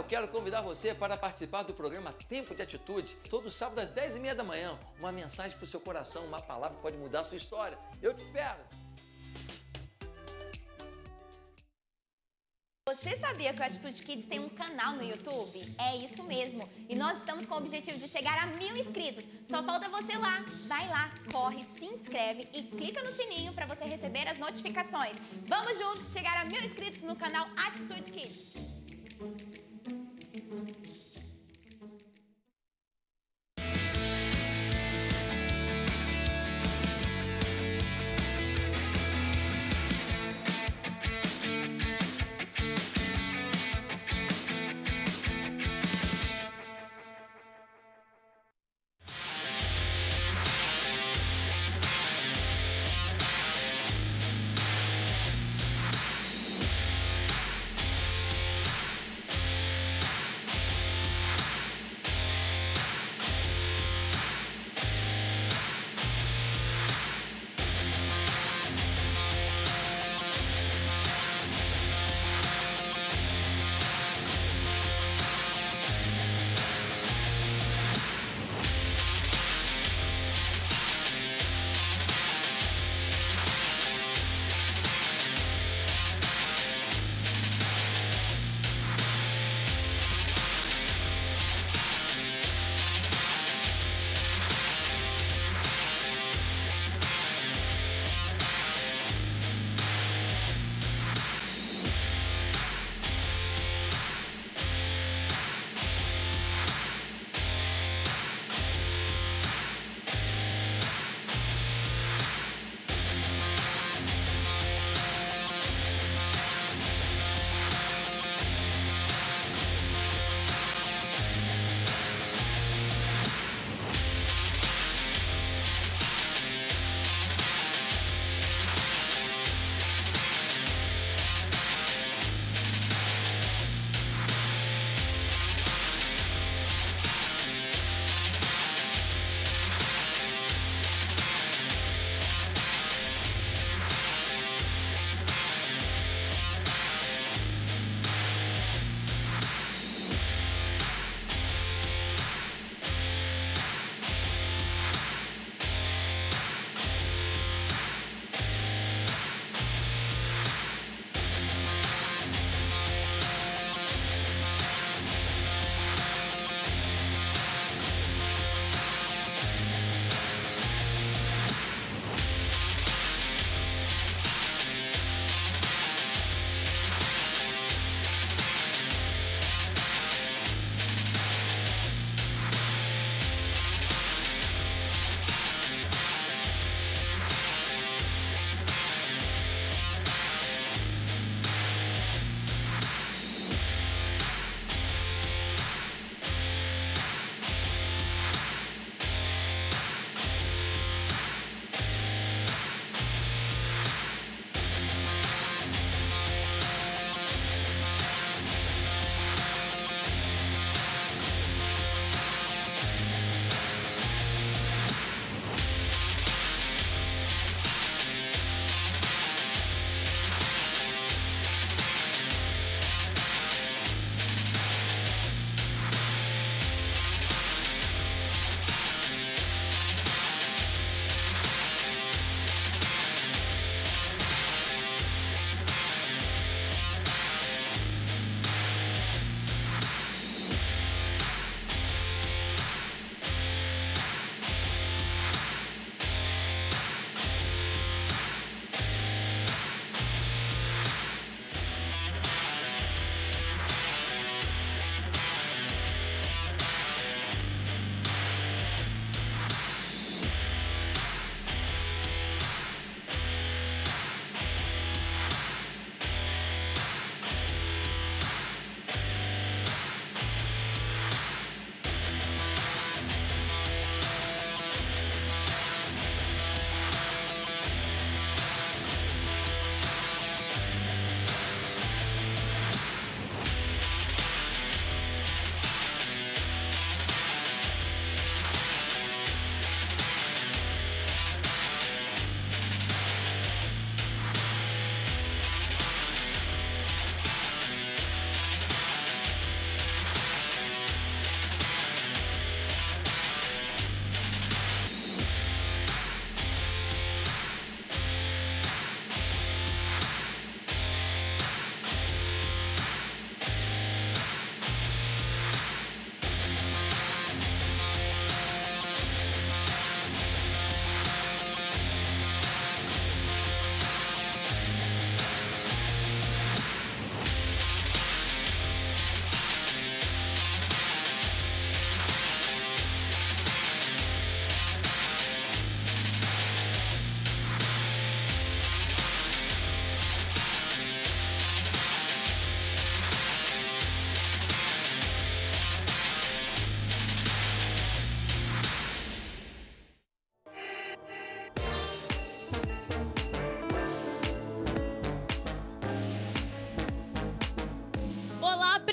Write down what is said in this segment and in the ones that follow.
eu quero convidar você para participar do programa Tempo de Atitude, todo sábado às 10h30 da manhã. Uma mensagem para o seu coração, uma palavra que pode mudar a sua história. Eu te espero! Você sabia que o Atitude Kids tem um canal no YouTube? É isso mesmo. E nós estamos com o objetivo de chegar a 1000 inscritos. Só falta você lá. Vai lá, corre, se inscreve e clica no sininho para você receber as notificações. Vamos juntos chegar a 1000 inscritos no canal Atitude Kids.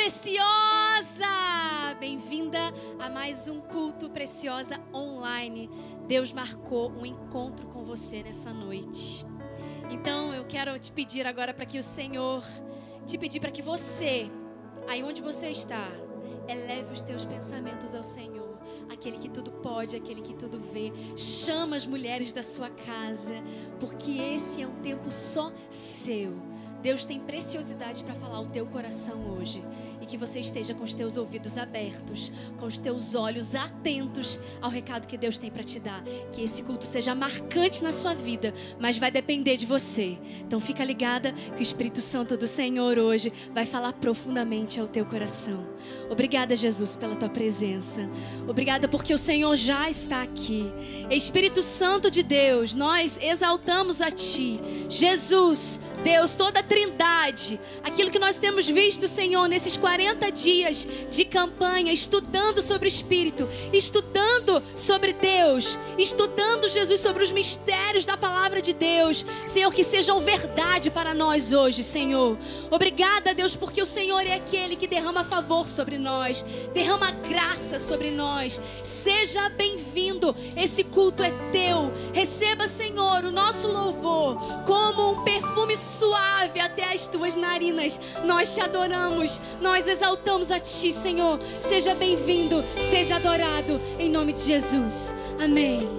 preciosa! Bem-vinda a mais um culto Preciosa online. Deus marcou um encontro com você nessa noite. Então eu quero te pedir agora para que o Senhor te pedir para que você, aí onde você está, eleve os teus pensamentos ao Senhor. Aquele que tudo pode, aquele que tudo vê. Chama as mulheres da sua casa, porque esse é um tempo só seu. Deus tem preciosidade para falar ao teu coração hoje. E que você esteja com os teus ouvidos abertos, com os teus olhos atentos ao recado que Deus tem para te dar. Que esse culto seja marcante na sua vida, mas vai depender de você. Então fica ligada que o Espírito Santo do Senhor hoje vai falar profundamente ao teu coração. Obrigada, Jesus, pela tua presença. Obrigada porque o Senhor já está aqui. Espírito Santo de Deus, nós exaltamos a Ti. Jesus, Deus, toda a Trindade, aquilo que nós temos visto, Senhor, nesses 40 dias de campanha, estudando sobre o Espírito, estudando sobre Deus, estudando, Jesus, sobre os mistérios da palavra de Deus, Senhor, que sejam verdade para nós hoje, Senhor. Obrigada, Deus, porque o Senhor é aquele que derrama favor sobre nós, derrama graça sobre nós. Seja bem-vindo, esse culto é teu. Receba, Senhor, o nosso louvor como um perfume suave até as tuas narinas. Nós te adoramos, nós exaltamos a Ti, Senhor. Seja bem-vindo, seja adorado, em nome de Jesus. Amém.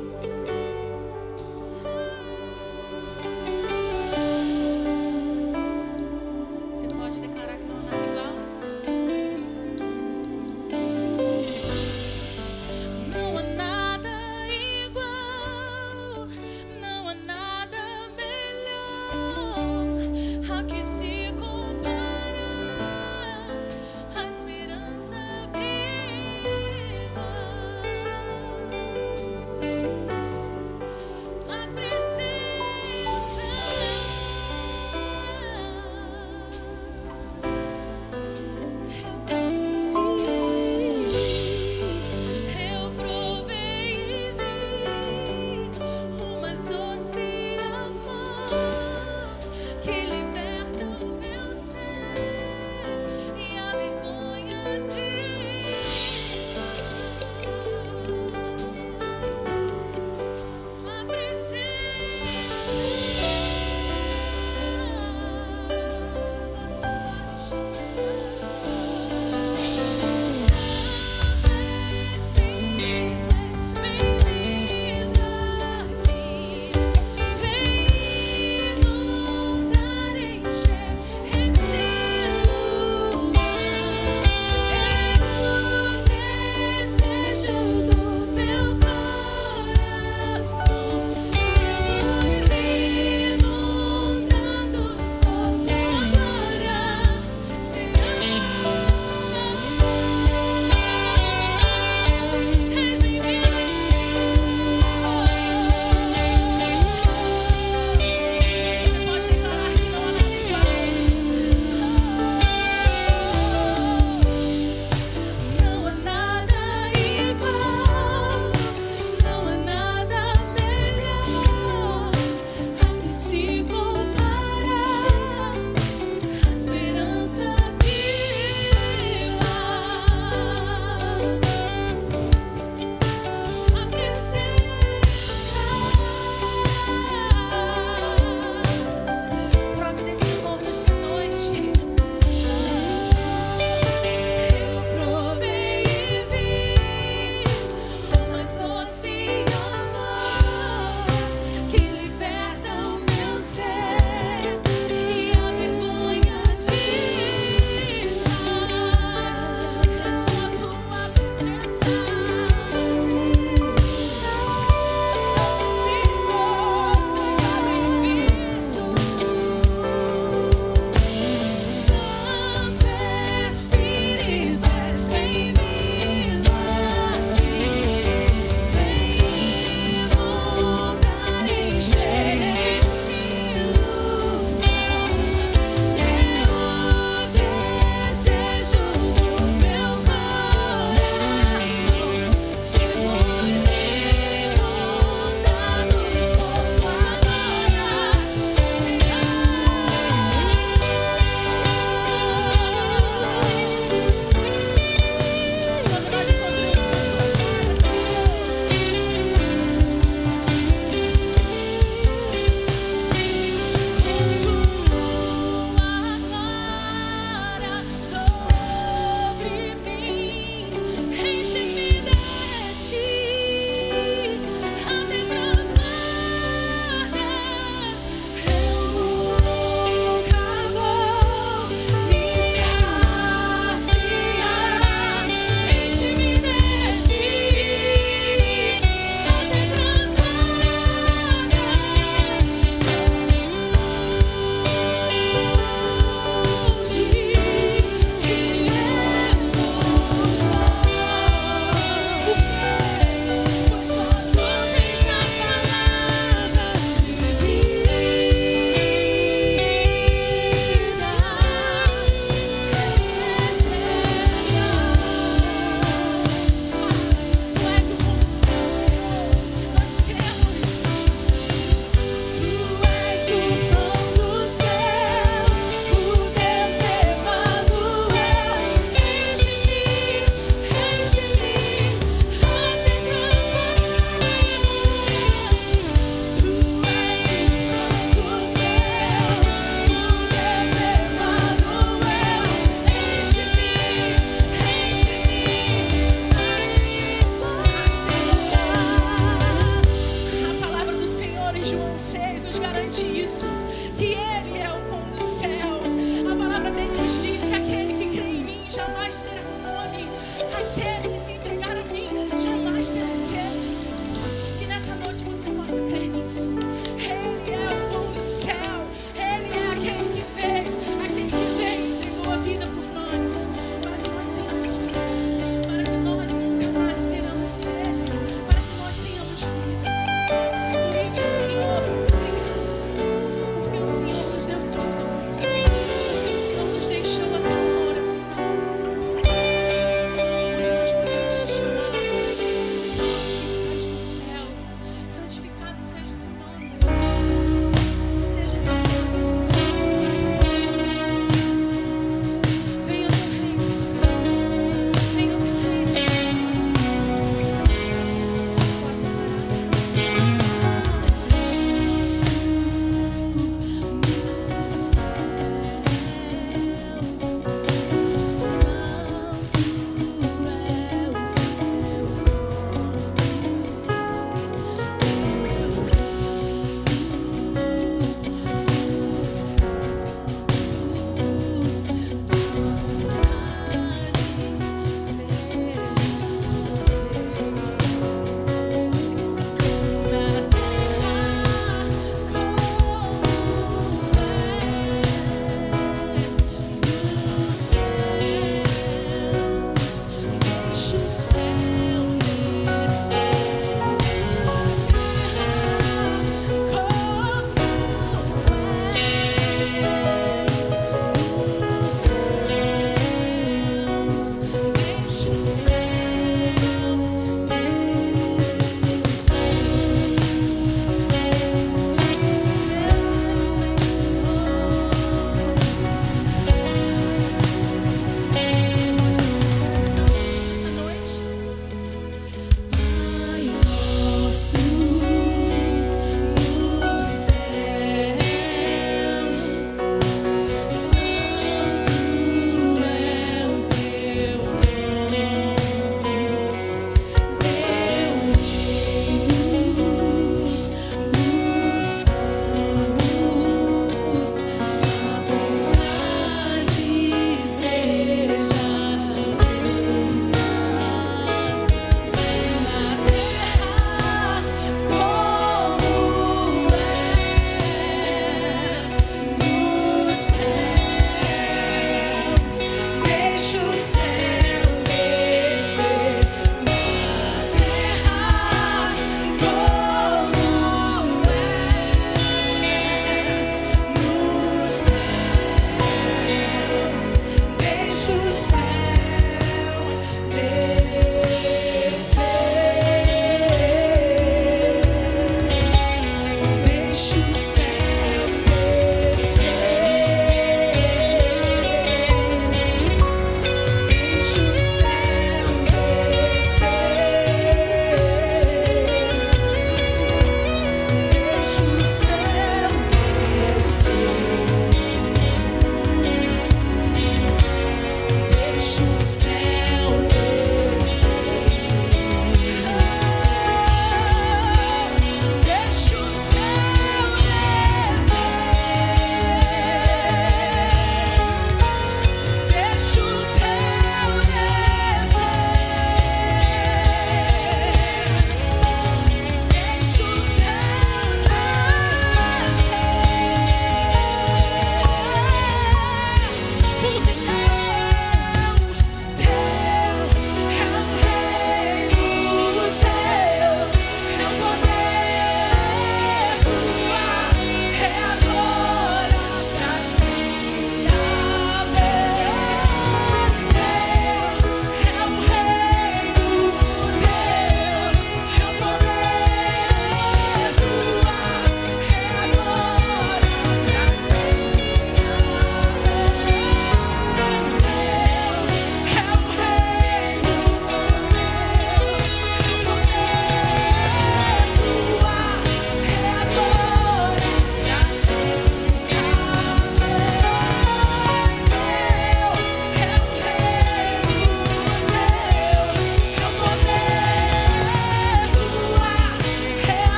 Você pode declarar que não há nada igual? Não há nada igual, não há nada melhor a que se compara a esperança viva.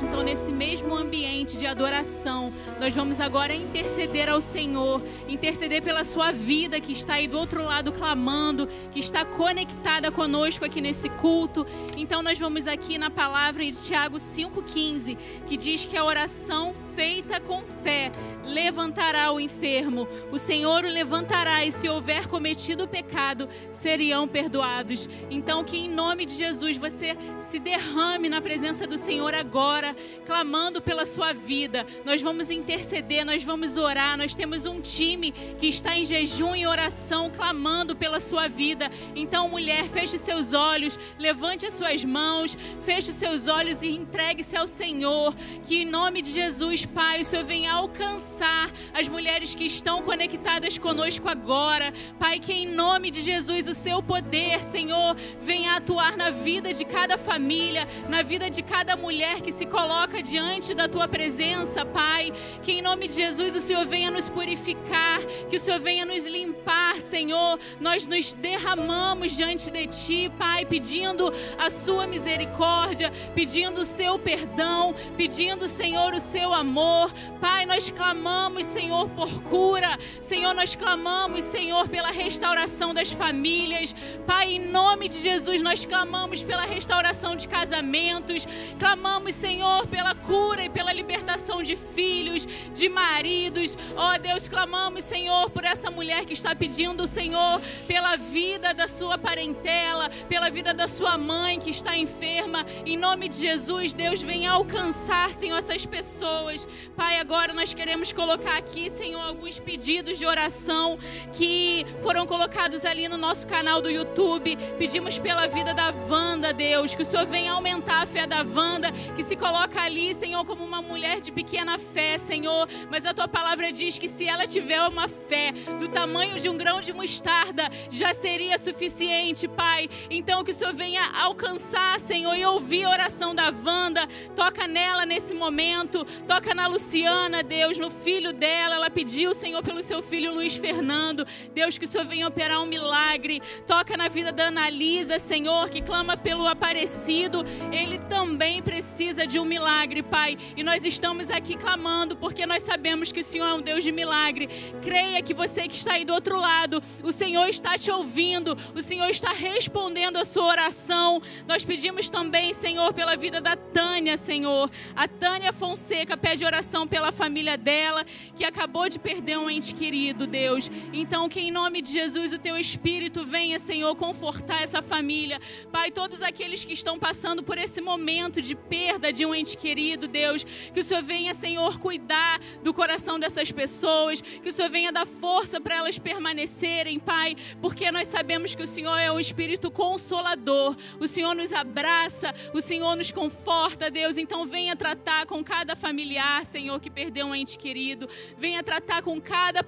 Então, nesse mesmo ambiente de adoração, nós vamos agora interceder ao Senhor, interceder pela sua vida que está aí do outro lado clamando, que está conectada conosco aqui nesse culto. Então, nós vamos aqui na palavra de Tiago 5,15, que diz que a oração feita com fé levantará o enfermo. O Senhor o levantará, e se houver cometido pecado, seriam perdoados. Então, que em nome de Jesus você se derrame na presença do Senhor agora, clamando pela sua vida. Nós vamos interceder, nós vamos orar. Nós temos um time que está em jejum e oração, clamando pela sua vida. Então, mulher, feche seus olhos, levante as suas mãos, feche os seus olhos e entregue-se ao Senhor. Que em nome de Jesus, Pai, o Senhor venha alcançar as mulheres que estão conectadas conosco agora. Pai, que em nome de Jesus o seu poder, Senhor, venha atuar na vida de cada família, na vida de cada mulher que se coloca diante da tua presença, Pai. Que em nome de Jesus o Senhor venha nos purificar, que o Senhor venha nos limpar, Senhor. Nós nos derramamos diante de ti, Pai, pedindo a sua misericórdia, pedindo o seu perdão, pedindo, Senhor, o seu amor. Pai, nós clamamos, Senhor, por cura. Senhor, nós clamamos, Senhor, pela restauração das famílias. Pai, em nome de Jesus, nós clamamos pela restauração de casamentos. Clamamos, Senhor, pela cura e pela libertação de filhos, de maridos. Ó Deus, clamamos, Senhor, por essa mulher que está pedindo, Senhor, pela vida da sua parentela, pela vida da sua mãe que está enferma. Em nome de Jesus, Deus, venha alcançar, Senhor, essas pessoas. Pai, agora nós queremos colocar aqui, Senhor, alguns pedidos de oração que foram colocados ali no nosso canal do YouTube. Pedimos pela vida da Wanda, Deus, que o Senhor venha aumentar a fé da Wanda, que se coloca ali, Senhor, como uma mulher de pequena fé, Senhor. Mas a tua palavra diz que se ela tiver uma fé do tamanho de um grão de mostarda, já seria suficiente, Pai. Então que o Senhor venha alcançar, Senhor, e ouvir a oração da Wanda. Toca nela nesse momento, toca na Luciana, Deus, no filho dela. Ela pediu, Senhor, pelo seu filho Luiz Fernando. Deus, que o Senhor venha operar um milagre. Toca na vida da Analisa, Senhor, que clama pelo Aparecido. Ele também precisa de um milagre, Pai. E nós estamos aqui clamando porque nós sabemos que o Senhor é um Deus de milagre. Creia que você que está aí do outro lado, o Senhor está te ouvindo, o Senhor está respondendo a sua oração. Nós pedimos também, Senhor, pela vida da Tânia, Senhor. A Tânia Fonseca pede oração pela família dela, que acabou de perder um ente querido, Deus. Então, que em nome de Jesus o teu Espírito venha, Senhor, confortar essa família. Pai, todos aqueles que estão passando por esse momento de perda de um ente querido, Deus, que o Senhor venha, Senhor, cuidar do coração dessas pessoas, que o Senhor venha dar força para elas permanecerem, Pai, porque nós sabemos que o Senhor é um Espírito consolador. O Senhor nos abraça, o Senhor nos conforta, Deus. Então venha tratar com cada familiar, Senhor, que perdeu um ente querido. Venha tratar com cada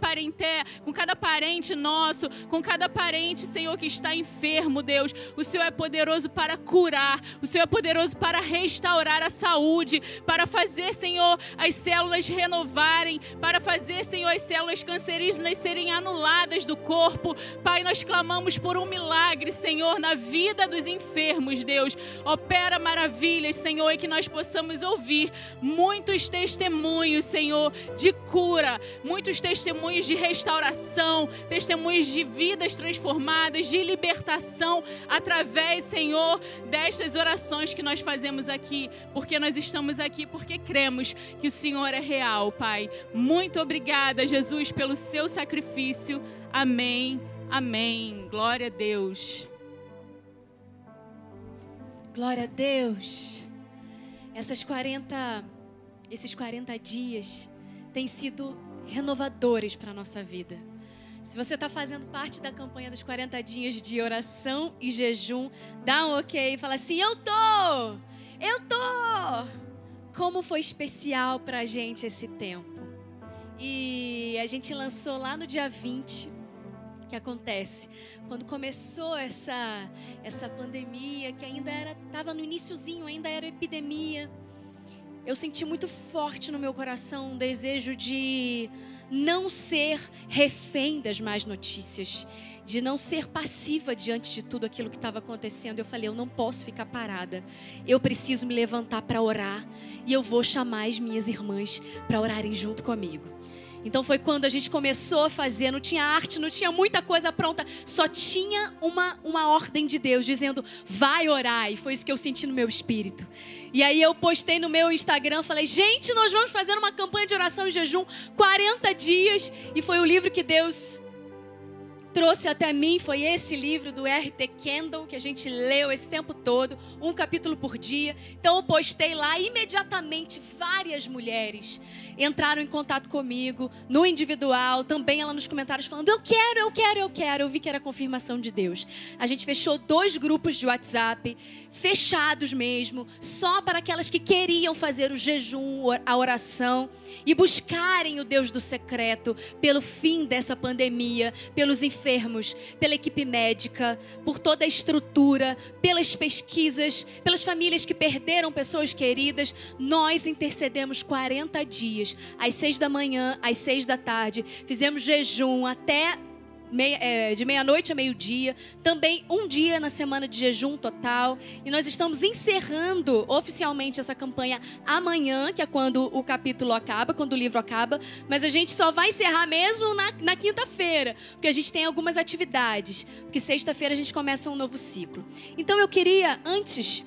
parente nosso, com cada parente, Senhor, que está enfermo, Deus. O Senhor é poderoso para curar, o Senhor é poderoso para restaurar a saúde, para fazer, Senhor, as células renovarem, para fazer, Senhor, as células cancerígenas serem anuladas do corpo. Pai, nós clamamos por um milagre, Senhor, na vida dos enfermos, Deus. Opera maravilhas, Senhor, e que nós possamos ouvir muitos testemunhos, Senhor, de cura, muitos testemunhos de restauração, testemunhos de vidas transformadas, de libertação, através, Senhor, destas orações que nós fazemos aqui, porque nós estamos aqui porque cremos que o Senhor é real, Pai. Muito obrigada, Jesus, pelo seu sacrifício. Amém, amém. Glória a Deus. Glória a Deus. Esses 40 dias têm sido renovadores para a nossa vida. Se você está fazendo parte da campanha dos 40 dias de oração e jejum, dá um ok e fala assim: eu tô! Como foi especial para a gente esse tempo. E a gente lançou lá no dia 20, que acontece, quando começou essa pandemia, que ainda estava no iniciozinho, ainda era epidemia. Eu senti muito forte no meu coração um desejo de não ser refém das más notícias, de não ser passiva diante de tudo aquilo que estava acontecendo. Eu falei, eu não posso ficar parada. Eu preciso me levantar para orar e eu vou chamar as minhas irmãs para orarem junto comigo. Então foi quando a gente começou a fazer, não tinha arte, não tinha muita coisa pronta, só tinha uma ordem de Deus dizendo, vai orar, e foi isso que eu senti no meu espírito. E aí eu postei no meu Instagram, falei, gente, nós vamos fazer uma campanha de oração e jejum, 40 dias, e foi o livro que Deus trouxe até mim, foi esse livro do R.T. Kendall, que a gente leu esse tempo todo, um capítulo por dia. Então eu postei lá, imediatamente várias mulheres entraram em contato comigo, no individual, também ela nos comentários falando, eu quero. Eu vi que era confirmação de Deus. A gente fechou 2 grupos de WhatsApp, fechados mesmo, só para aquelas que queriam fazer o jejum, a oração e buscarem o Deus do secreto pelo fim dessa pandemia, pelos enfermos, pela equipe médica, por toda a estrutura, pelas pesquisas, pelas famílias que perderam pessoas queridas. Nós intercedemos 40 dias, às 6 da manhã, às 6 da tarde, fizemos jejum até de meia-noite a meio-dia, também um dia na semana de jejum total, e nós estamos encerrando oficialmente essa campanha amanhã, que é quando o capítulo acaba, quando o livro acaba, mas a gente só vai encerrar mesmo na quinta-feira, porque a gente tem algumas atividades, porque sexta-feira a gente começa um novo ciclo. Então eu queria, antes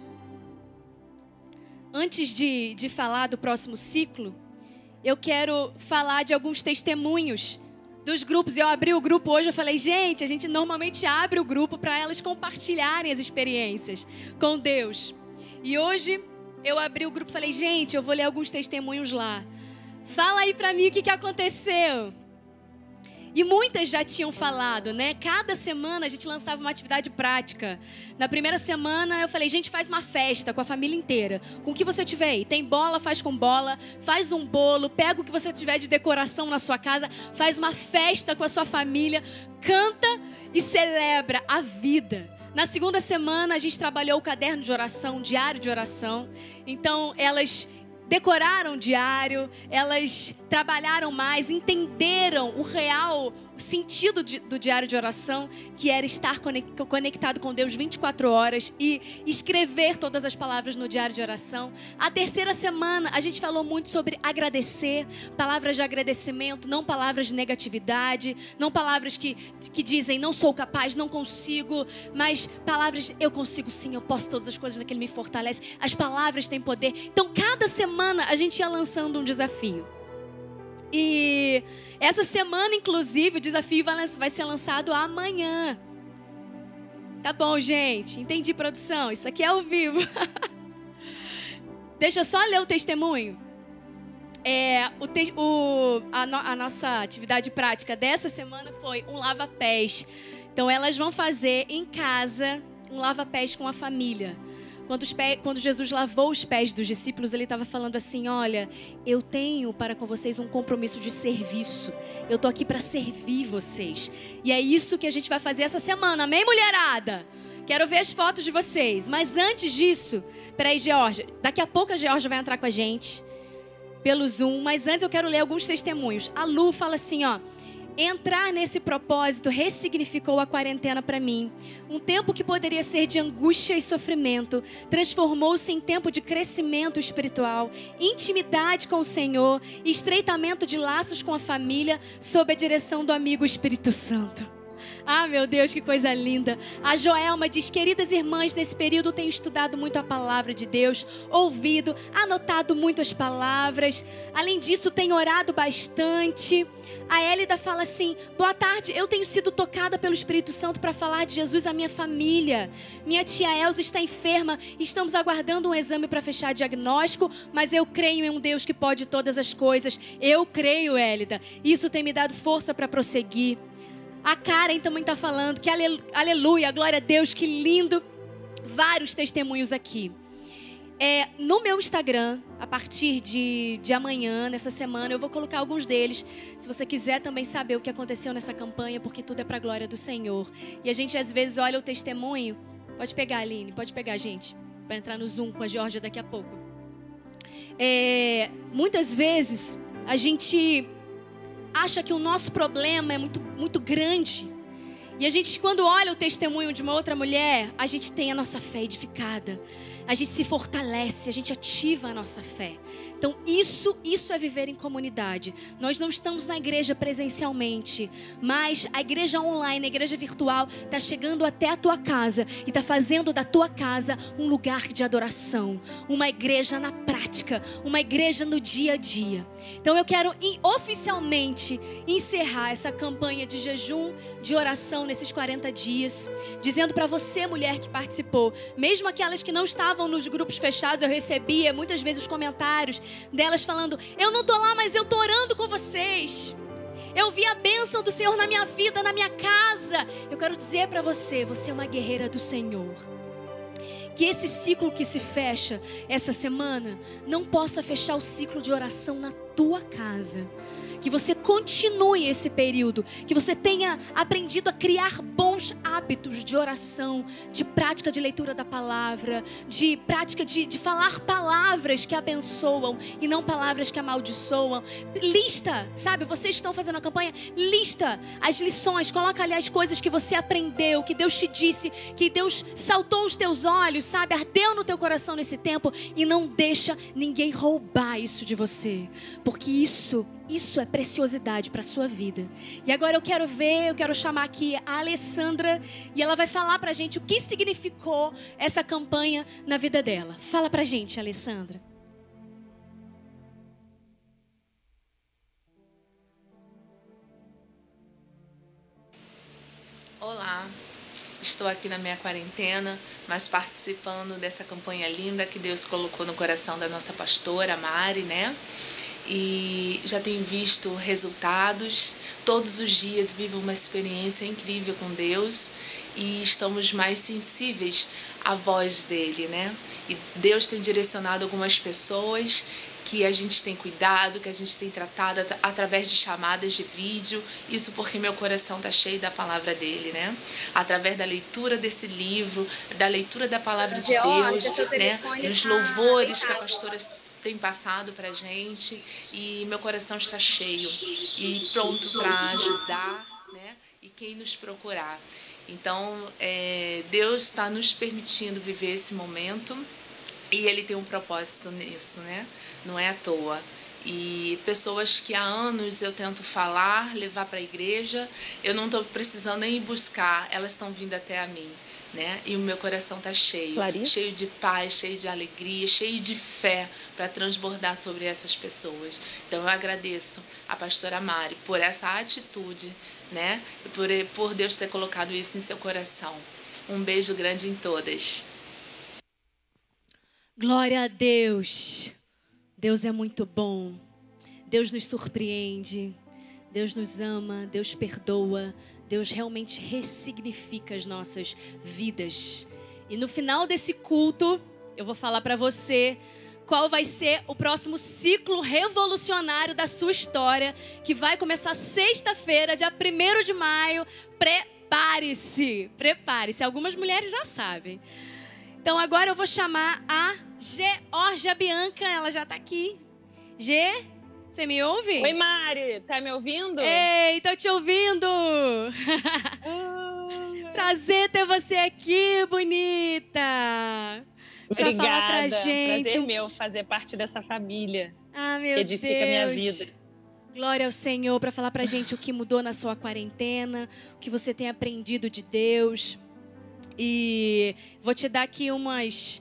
de falar do próximo ciclo, eu quero falar de alguns testemunhos dos grupos. Eu abri o grupo hoje, eu falei, gente, a gente normalmente abre o grupo para elas compartilharem as experiências com Deus. E hoje eu abri o grupo e falei, gente, eu vou ler alguns testemunhos lá. Fala aí para mim o que aconteceu. E muitas já tinham falado, né? Cada semana a gente lançava uma atividade prática. Na primeira semana eu falei, gente, faz uma festa com a família inteira. Com o que você tiver aí. Tem bola, faz com bola. Faz um bolo, pega o que você tiver de decoração na sua casa. Faz uma festa com a sua família. Canta e celebra a vida. Na segunda semana a gente trabalhou o caderno de oração, diário de oração. Então elas decoraram o diário, elas trabalharam mais, entenderam o real sentido do diário de oração, que era estar conectado com Deus 24 horas e escrever todas as palavras no diário de oração. A terceira semana a gente falou muito sobre agradecer, palavras de agradecimento, não palavras de negatividade, não palavras que dizem não sou capaz, não consigo, mas palavras de eu consigo sim, eu posso todas as coisas daquele me fortalece. As palavras têm poder. Então cada semana a gente ia lançando um desafio. E essa semana, inclusive, o desafio vai ser lançado amanhã. Tá bom, gente? Entendi, produção. Isso aqui é ao vivo. Deixa eu só ler o testemunho. A nossa atividade prática dessa semana foi um lava-pés. Então, elas vão fazer em casa um lava-pés com a família. Quando Jesus lavou os pés dos discípulos, ele estava falando assim, olha, eu tenho para com vocês um compromisso de serviço. Eu estou aqui para servir vocês. E é isso que a gente vai fazer essa semana. Amém, mulherada? Quero ver as fotos de vocês. Mas antes disso, peraí, Georgia. Daqui a pouco a Georgia vai entrar com a gente pelo Zoom. Mas antes eu quero ler alguns testemunhos. A Lu fala assim, ó. Entrar nesse propósito ressignificou a quarentena para mim. Um tempo que poderia ser de angústia e sofrimento, transformou-se em tempo de crescimento espiritual, intimidade com o Senhor e estreitamento de laços com a família sob a direção do amigo Espírito Santo. Ah, meu Deus, que coisa linda. A Joelma diz, queridas irmãs, nesse período tenho estudado muito a palavra de Deus, ouvido, anotado muito as palavras. Além disso, tenho orado bastante. A Hélida fala assim, boa tarde, eu tenho sido tocada pelo Espírito Santo para falar de Jesus à minha família. Minha tia Elza está enferma, estamos aguardando um exame para fechar diagnóstico, mas eu creio em um Deus que pode todas as coisas. Eu creio, Hélida. Isso tem me dado força para prosseguir. A Karen também está falando que aleluia, glória a Deus, que lindo. Vários testemunhos aqui. No meu Instagram, a partir de amanhã, nessa semana, eu vou colocar alguns deles. Se você quiser também saber o que aconteceu nessa campanha, porque tudo é para a glória do Senhor. E a gente às vezes olha o testemunho. Pode pegar, Aline, pode pegar, gente, para entrar no Zoom com a Georgia daqui a pouco. Muitas vezes a gente acha que o nosso problema é muito grande. E a gente, quando olha o testemunho de uma outra mulher, a gente tem a nossa fé edificada. A gente se fortalece, a gente ativa a nossa fé. Então isso é viver em comunidade. Nós não estamos na igreja presencialmente, mas a igreja online, a igreja virtual está chegando até a tua casa e está fazendo da tua casa um lugar de adoração. Uma igreja na prática, uma igreja no dia a dia. Então eu quero oficialmente encerrar essa campanha de jejum, de oração nesses 40 dias, dizendo para você, mulher que participou, mesmo aquelas que não estavam nos grupos fechados, eu recebia muitas vezes os comentários delas falando: eu não tô lá, mas eu tô orando com vocês. Eu vi a bênção do Senhor na minha vida, na minha casa. Eu quero dizer para você, você é uma guerreira do Senhor. Que esse ciclo que se fecha essa semana não possa fechar o ciclo de oração na tua casa. Que você continue esse período, que você tenha aprendido a criar bons hábitos de oração, de prática de leitura da palavra, de prática de falar palavras que abençoam e não palavras que amaldiçoam. Lista, sabe, vocês estão fazendo a campanha, lista as lições, coloca ali as coisas que você aprendeu, que Deus te disse, que Deus saltou os teus olhos, sabe, ardeu no teu coração nesse tempo, e não deixa ninguém roubar isso de você, porque isso é preciosidade para a sua vida. E agora eu quero chamar aqui a Alessandra, e ela vai falar pra gente o que significou essa campanha na vida dela. Fala pra gente, Alessandra. Olá, estou aqui na minha quarentena, mas participando dessa campanha linda que Deus colocou no coração da nossa pastora, Mari, né? E já tenho visto resultados. Todos os dias vivo uma experiência incrível com Deus e estamos mais sensíveis à voz dele, né? E Deus tem direcionado algumas pessoas que a gente tem cuidado, que a gente tem tratado através de chamadas de vídeo. Isso porque meu coração está cheio da palavra dele, né? Através da leitura desse livro, da leitura da palavra de Deus, né? Nos louvores que a pastora tem passado pra gente, e meu coração está cheio e pronto para ajudar, né? E quem nos procurar. Então, Deus está nos permitindo viver esse momento, e Ele tem um propósito nisso, né? Não é à toa. E pessoas que há anos eu tento falar, levar para a igreja, eu não estou precisando nem ir buscar, elas estão vindo até a mim, né? E o meu coração está cheio, cheio de paz, cheio de alegria, cheio de fé para transbordar sobre essas pessoas. Então eu agradeço a pastora Mari por essa atitude, né? E por Deus ter colocado isso em seu coração. Um beijo grande em todas. Glória a Deus. Deus é muito bom. Deus nos surpreende. Deus nos ama. Deus perdoa. Deus realmente ressignifica as nossas vidas. E no final desse culto, eu vou falar para você qual vai ser o próximo ciclo revolucionário da sua história, que vai começar sexta-feira, dia 1º de maio. Prepare-se, prepare-se. Algumas mulheres já sabem. Então agora eu vou chamar a Georgia Bianca, ela já tá aqui. Gê, você me ouve? Oi, Mari, tá me ouvindo? Ei, tô te ouvindo. Prazer ter você aqui, bonita. Obrigada, pra falar pra gente. Prazer meu fazer parte dessa família meu que edifica Deus. a minha vida. Glória ao Senhor, para falar pra gente o que mudou na sua quarentena, o que você tem aprendido de Deus. E vou te dar aqui umas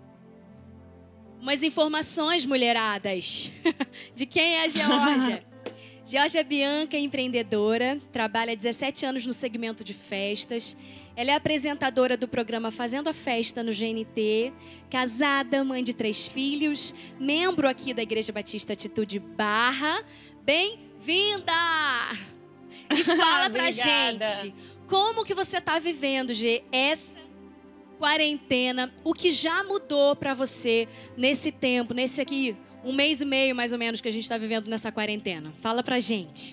informações, mulheradas, de quem é a Georgia. Georgia Bianca é empreendedora, trabalha há 17 anos no segmento de festas. Ela é apresentadora do programa Fazendo a Festa no GNT, casada, mãe de 3 filhos, membro aqui da Igreja Batista Atitude Barra. Bem-vinda! E fala pra gente, como que você tá vivendo, Gê, essa quarentena, o que já mudou pra você nesse tempo, nesse aqui, 1 mês e meio mais ou menos que a gente tá vivendo nessa quarentena? Fala pra gente.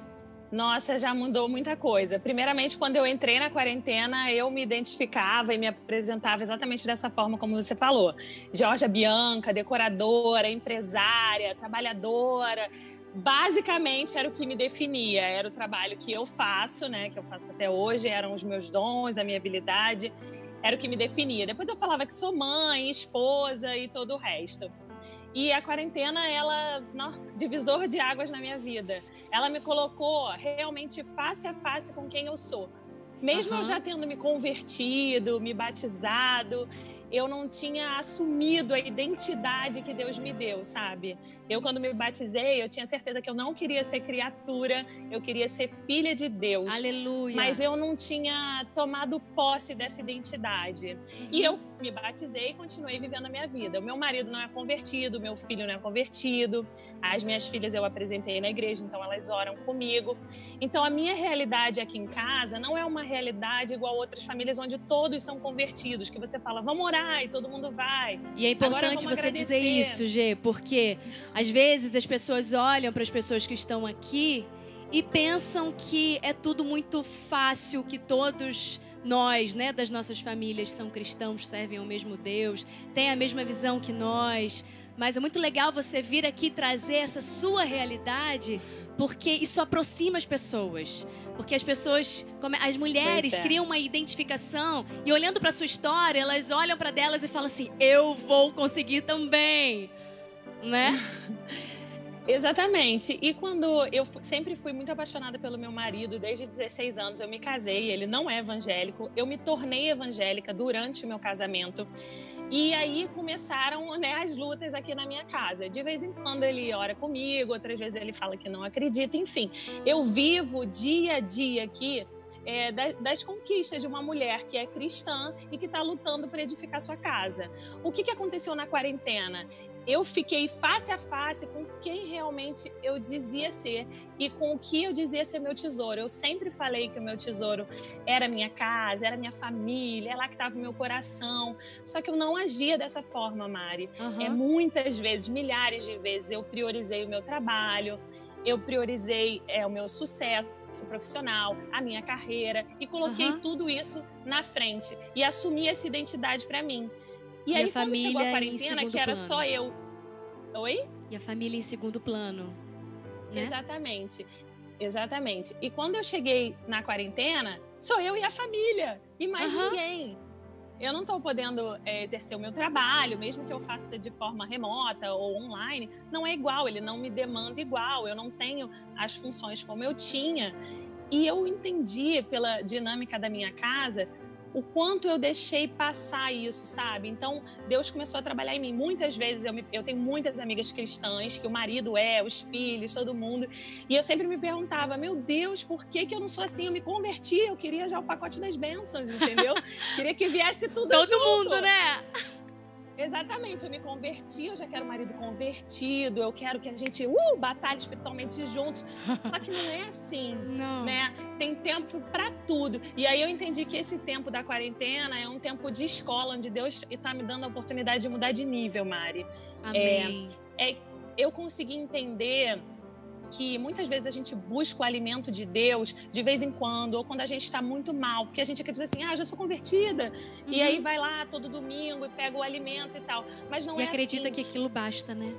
Nossa, já mudou muita coisa. Primeiramente, quando eu entrei na quarentena, eu me identificava e me apresentava exatamente dessa forma como você falou. Georgia Bianca, decoradora, empresária, trabalhadora. Basicamente, era o que me definia. Era o trabalho que eu faço, né? Que eu faço até hoje. Eram os meus dons, a minha habilidade. Era o que me definia. Depois eu falava que sou mãe, esposa e todo o resto. E a quarentena, ela, divisor de águas na minha vida. Ela me colocou realmente face a face com quem eu sou. Mesmo eu já tendo me convertido, me batizado, eu não tinha assumido a identidade que Deus me deu, sabe? Eu, quando me batizei, eu tinha certeza que eu não queria ser criatura, eu queria ser filha de Deus. Aleluia! Mas eu não tinha tomado posse dessa identidade. E eu me batizei e continuei vivendo a minha vida. O meu marido não é convertido, o meu filho não é convertido, as minhas filhas eu apresentei na igreja, então elas oram comigo. Então, a minha realidade aqui em casa não é uma realidade igual a outras famílias onde todos são convertidos, que você fala, vamos orar, e todo mundo vai. E é importante você dizer isso, Gê, porque às vezes as pessoas olham para as pessoas que estão aqui e pensam que é tudo muito fácil, que todos nós, né, das nossas famílias são cristãos, servem ao mesmo Deus, têm a mesma visão que nós. Mas é muito legal você vir aqui trazer essa sua realidade, porque isso aproxima as pessoas. Porque as pessoas, as mulheres criam uma identificação e olhando para sua história, elas olham para delas e falam assim, eu vou conseguir também, né? Exatamente. E quando eu sempre fui muito apaixonada pelo meu marido, desde 16 anos eu me casei, ele não é evangélico, eu me tornei evangélica durante o meu casamento. E aí começaram, né, as lutas aqui na minha casa. De vez em quando ele ora comigo, outras vezes ele fala que não acredita, enfim. Eu vivo dia a dia aqui das conquistas de uma mulher que é cristã e que está lutando para edificar sua casa. O que aconteceu na quarentena? Eu fiquei face a face com quem realmente eu dizia ser e com o que eu dizia ser meu tesouro. Eu sempre falei que o meu tesouro era minha casa, era minha família, é lá que estava o meu coração. Só que eu não agia dessa forma, Mari. Muitas vezes, milhares de vezes, eu priorizei o meu trabalho, eu priorizei o meu sucesso profissional, a minha carreira e coloquei tudo isso na frente e assumi essa identidade para mim. E aí, quando chegou a quarentena, que era só eu... Oi? E a família em segundo plano, né? Exatamente. E quando eu cheguei na quarentena, sou eu e a família, e mais ninguém. Eu não estou podendo exercer o meu trabalho, mesmo que eu faça de forma remota ou online, não é igual, ele não me demanda igual, eu não tenho as funções como eu tinha. E eu entendi, pela dinâmica da minha casa, o quanto eu deixei passar isso, sabe? Então, Deus começou a trabalhar em mim. Muitas vezes, eu tenho muitas amigas cristãs, que o marido os filhos, todo mundo. E eu sempre me perguntava, meu Deus, por que eu não sou assim? Eu me converti, eu queria já o pacote das bênçãos, entendeu? Queria que viesse tudo todo junto. Mundo, né? Exatamente, eu me converti, eu já quero um marido convertido, eu quero que a gente batalhe espiritualmente juntos. Só que não é assim, né? Tem tempo para tudo. E aí eu entendi que esse tempo da quarentena é um tempo de escola, onde Deus está me dando a oportunidade de mudar de nível, Mari. Amém. Eu consegui entender que muitas vezes a gente busca o alimento de Deus de vez em quando, ou quando a gente está muito mal, porque a gente acredita assim, já sou convertida, e aí vai lá todo domingo e pega o alimento e tal, mas não é assim. E acredita que aquilo basta, né?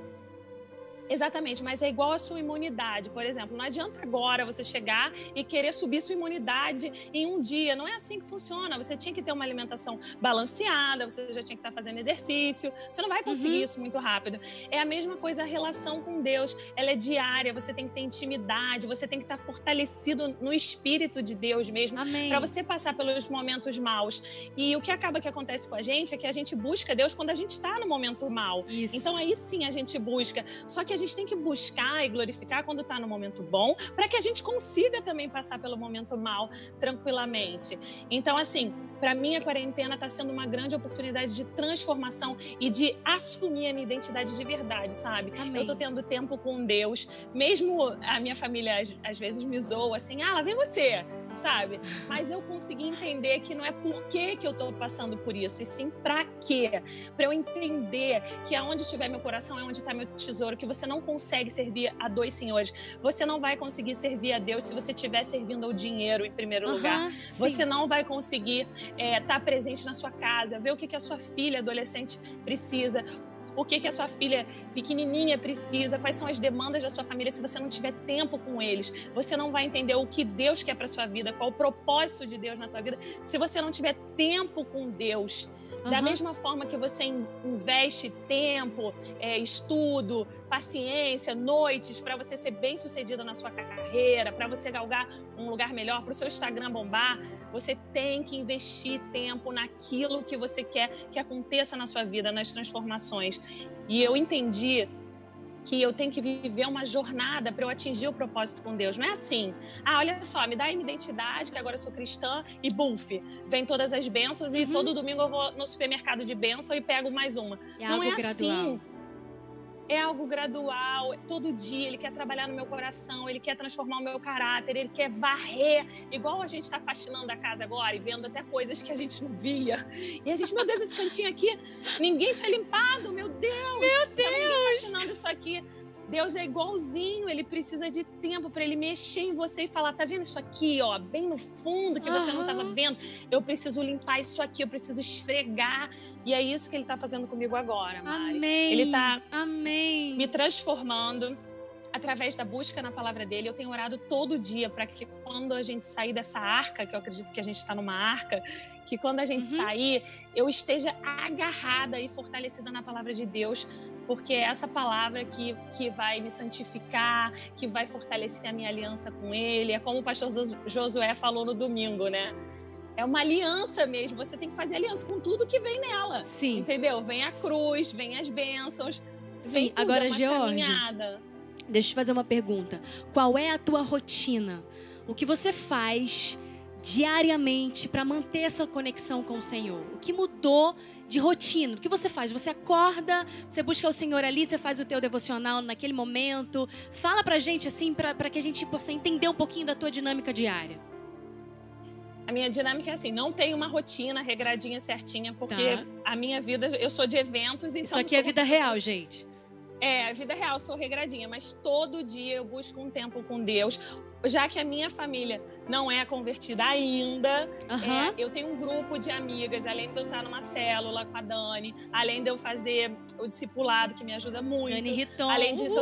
Exatamente, mas é igual a sua imunidade, por exemplo. Não adianta agora você chegar e querer subir sua imunidade em um dia. Não é assim que funciona. Você tinha que ter uma alimentação balanceada, você já tinha que estar fazendo exercício. Você não vai conseguir isso muito rápido. É a mesma coisa a relação com Deus. Ela é diária, você tem que ter intimidade, você tem que estar fortalecido no Espírito de Deus mesmo, para você passar pelos momentos maus. E o que acaba que acontece com a gente é que a gente busca Deus quando a gente está no momento mau. Isso. Então aí sim a gente busca. Só que a gente tem que buscar e glorificar quando está no momento bom, para que a gente consiga também passar pelo momento mal tranquilamente. Então, assim, para mim a quarentena está sendo uma grande oportunidade de transformação e de assumir a minha identidade de verdade, sabe? Amém. Eu estou tendo tempo com Deus, mesmo a minha família às vezes me zoa assim, lá vem você, sabe? Mas eu consegui entender que não é por que eu tô passando por isso, e sim pra quê? Pra eu entender que aonde estiver meu coração é onde está meu tesouro, que você não consegue servir a dois senhores. Você não vai conseguir servir a Deus se você estiver servindo ao dinheiro em primeiro lugar. Você não vai conseguir estar presente na sua casa, ver o que a sua filha adolescente precisa, o que a sua filha pequenininha precisa, quais são as demandas da sua família. Se você não tiver tempo com eles, você não vai entender o que Deus quer para sua vida, qual o propósito de Deus na tua vida, se você não tiver tempo com Deus. Da mesma forma que você investe tempo, estudo, paciência, noites para você ser bem-sucedido na sua carreira, para você galgar um lugar melhor, para o seu Instagram bombar, você tem que investir tempo naquilo que você quer que aconteça na sua vida, nas transformações. E eu entendi que eu tenho que viver uma jornada para eu atingir o propósito com Deus. Não é assim, olha só, me dá a minha identidade, que agora eu sou cristã, e buf, vem todas as bênçãos e todo domingo eu vou no supermercado de bênção e pego mais uma. Não é assim. É algo gradual, todo dia Ele quer trabalhar no meu coração, Ele quer transformar o meu caráter, Ele quer varrer, igual a gente está faxinando a casa agora e vendo até coisas que a gente não via. E a gente, meu Deus, esse cantinho aqui, ninguém tinha limpado, meu Deus! Meu Deus! Ninguém faxinando isso aqui. Deus é igualzinho, Ele precisa de tempo para Ele mexer em você e falar, tá vendo isso aqui, ó, bem no fundo que você não estava vendo? Eu preciso limpar isso aqui, eu preciso esfregar. E é isso que Ele está fazendo comigo agora, Mari. Amém. Ele está me transformando através da busca na palavra dele. Eu tenho orado todo dia para que quando a gente sair dessa arca, que eu acredito que a gente está numa arca, que quando a gente sair, eu esteja agarrada e fortalecida na palavra de Deus, porque é essa palavra que vai me santificar, que vai fortalecer a minha aliança com ele. É como o pastor Josué falou no domingo, né? É uma aliança mesmo, você tem que fazer aliança com tudo que vem nela. Sim. Entendeu? Vem a cruz, vem as bênçãos, vem tudo, agora, é uma Georgia, caminhada. Deixa eu te fazer uma pergunta. Qual é a tua rotina? O que você faz diariamente para manter essa conexão com o Senhor? O que mudou de rotina? O que você faz? Você acorda, você busca o Senhor ali, você faz o teu devocional naquele momento. Fala pra gente assim, para que a gente possa entender um pouquinho da tua dinâmica diária. A minha dinâmica é assim, não tem uma rotina regradinha, certinha, porque a minha vida, eu sou de eventos, então... Isso aqui é vida real, gente. É, vida real, sou regradinha, mas todo dia eu busco um tempo com Deus. Já que a minha família não é convertida ainda, eu tenho um grupo de amigas, além de eu estar numa célula com a Dani, além de eu fazer o discipulado, que me ajuda muito. Dani Riton. Além disso,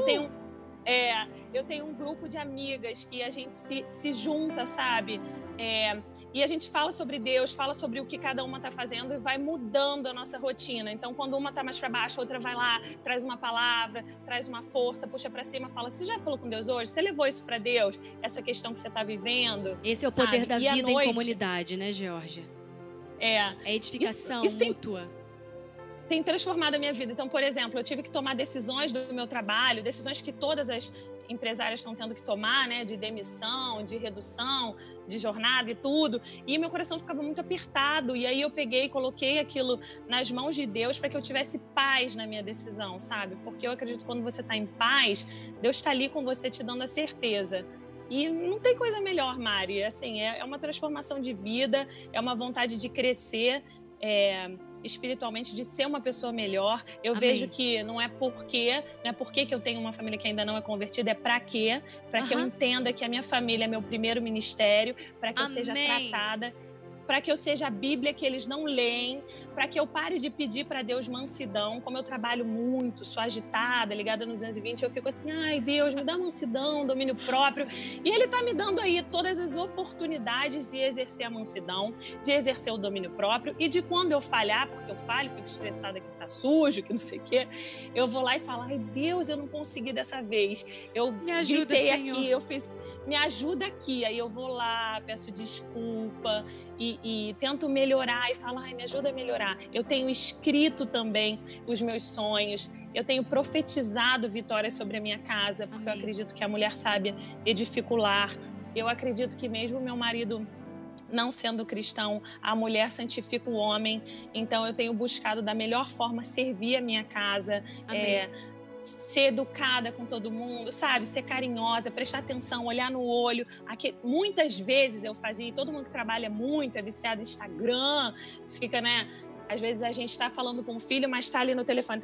eu tenho um grupo de amigas que a gente se junta, sabe? E a gente fala sobre Deus, fala sobre o que cada uma está fazendo e vai mudando a nossa rotina. Então, quando uma está mais para baixo, a outra vai lá, traz uma palavra, traz uma força, puxa para cima, fala, você já falou com Deus hoje? Você levou isso para Deus? Essa questão que você está vivendo? Esse é o poder da vida em comunidade, né, Georgia? É edificação mútua. Tem transformado a minha vida. Então, por exemplo, eu tive que tomar decisões do meu trabalho, decisões que todas as empresárias estão tendo que tomar, né? De demissão, de redução, de jornada e tudo. E meu coração ficava muito apertado. E aí eu peguei e coloquei aquilo nas mãos de Deus para que eu tivesse paz na minha decisão, sabe? Porque eu acredito que quando você está em paz, Deus está ali com você te dando a certeza. E não tem coisa melhor, Mari. Assim, é uma transformação de vida, é uma vontade de crescer, espiritualmente, de ser uma pessoa melhor. Eu vejo que não é porque que eu tenho uma família que ainda não é convertida, é para quê? Para que eu entenda que a minha família é meu primeiro ministério, para que eu seja tratada, para que eu seja a Bíblia que eles não leem, para que eu pare de pedir para Deus mansidão. Como eu trabalho muito, sou agitada, ligada nos 220, eu fico assim, ai Deus, me dá mansidão, domínio próprio. E Ele está me dando aí todas as oportunidades de exercer a mansidão, de exercer o domínio próprio, e de quando eu falhar, porque eu falho, fico estressada que tá sujo, que não sei o quê, eu vou lá e falo, ai Deus, eu não consegui dessa vez. Eu gritei aqui, eu fiz, me ajuda aqui. Aí eu vou lá, peço desculpa, e tento melhorar e falo, ai, me ajuda a melhorar. Eu tenho escrito também os meus sonhos, eu tenho profetizado vitórias sobre a minha casa, porque eu acredito que a mulher sábia edifica o lar. Eu acredito que mesmo meu marido não sendo cristão, a mulher santifica o homem. Então eu tenho buscado da melhor forma servir a minha casa, ser educada com todo mundo, sabe? Ser carinhosa, prestar atenção, olhar no olho. Muitas vezes eu fazia, e todo mundo que trabalha muito, é viciado em Instagram, fica, né? Às vezes a gente está falando com o filho, mas está ali no telefone.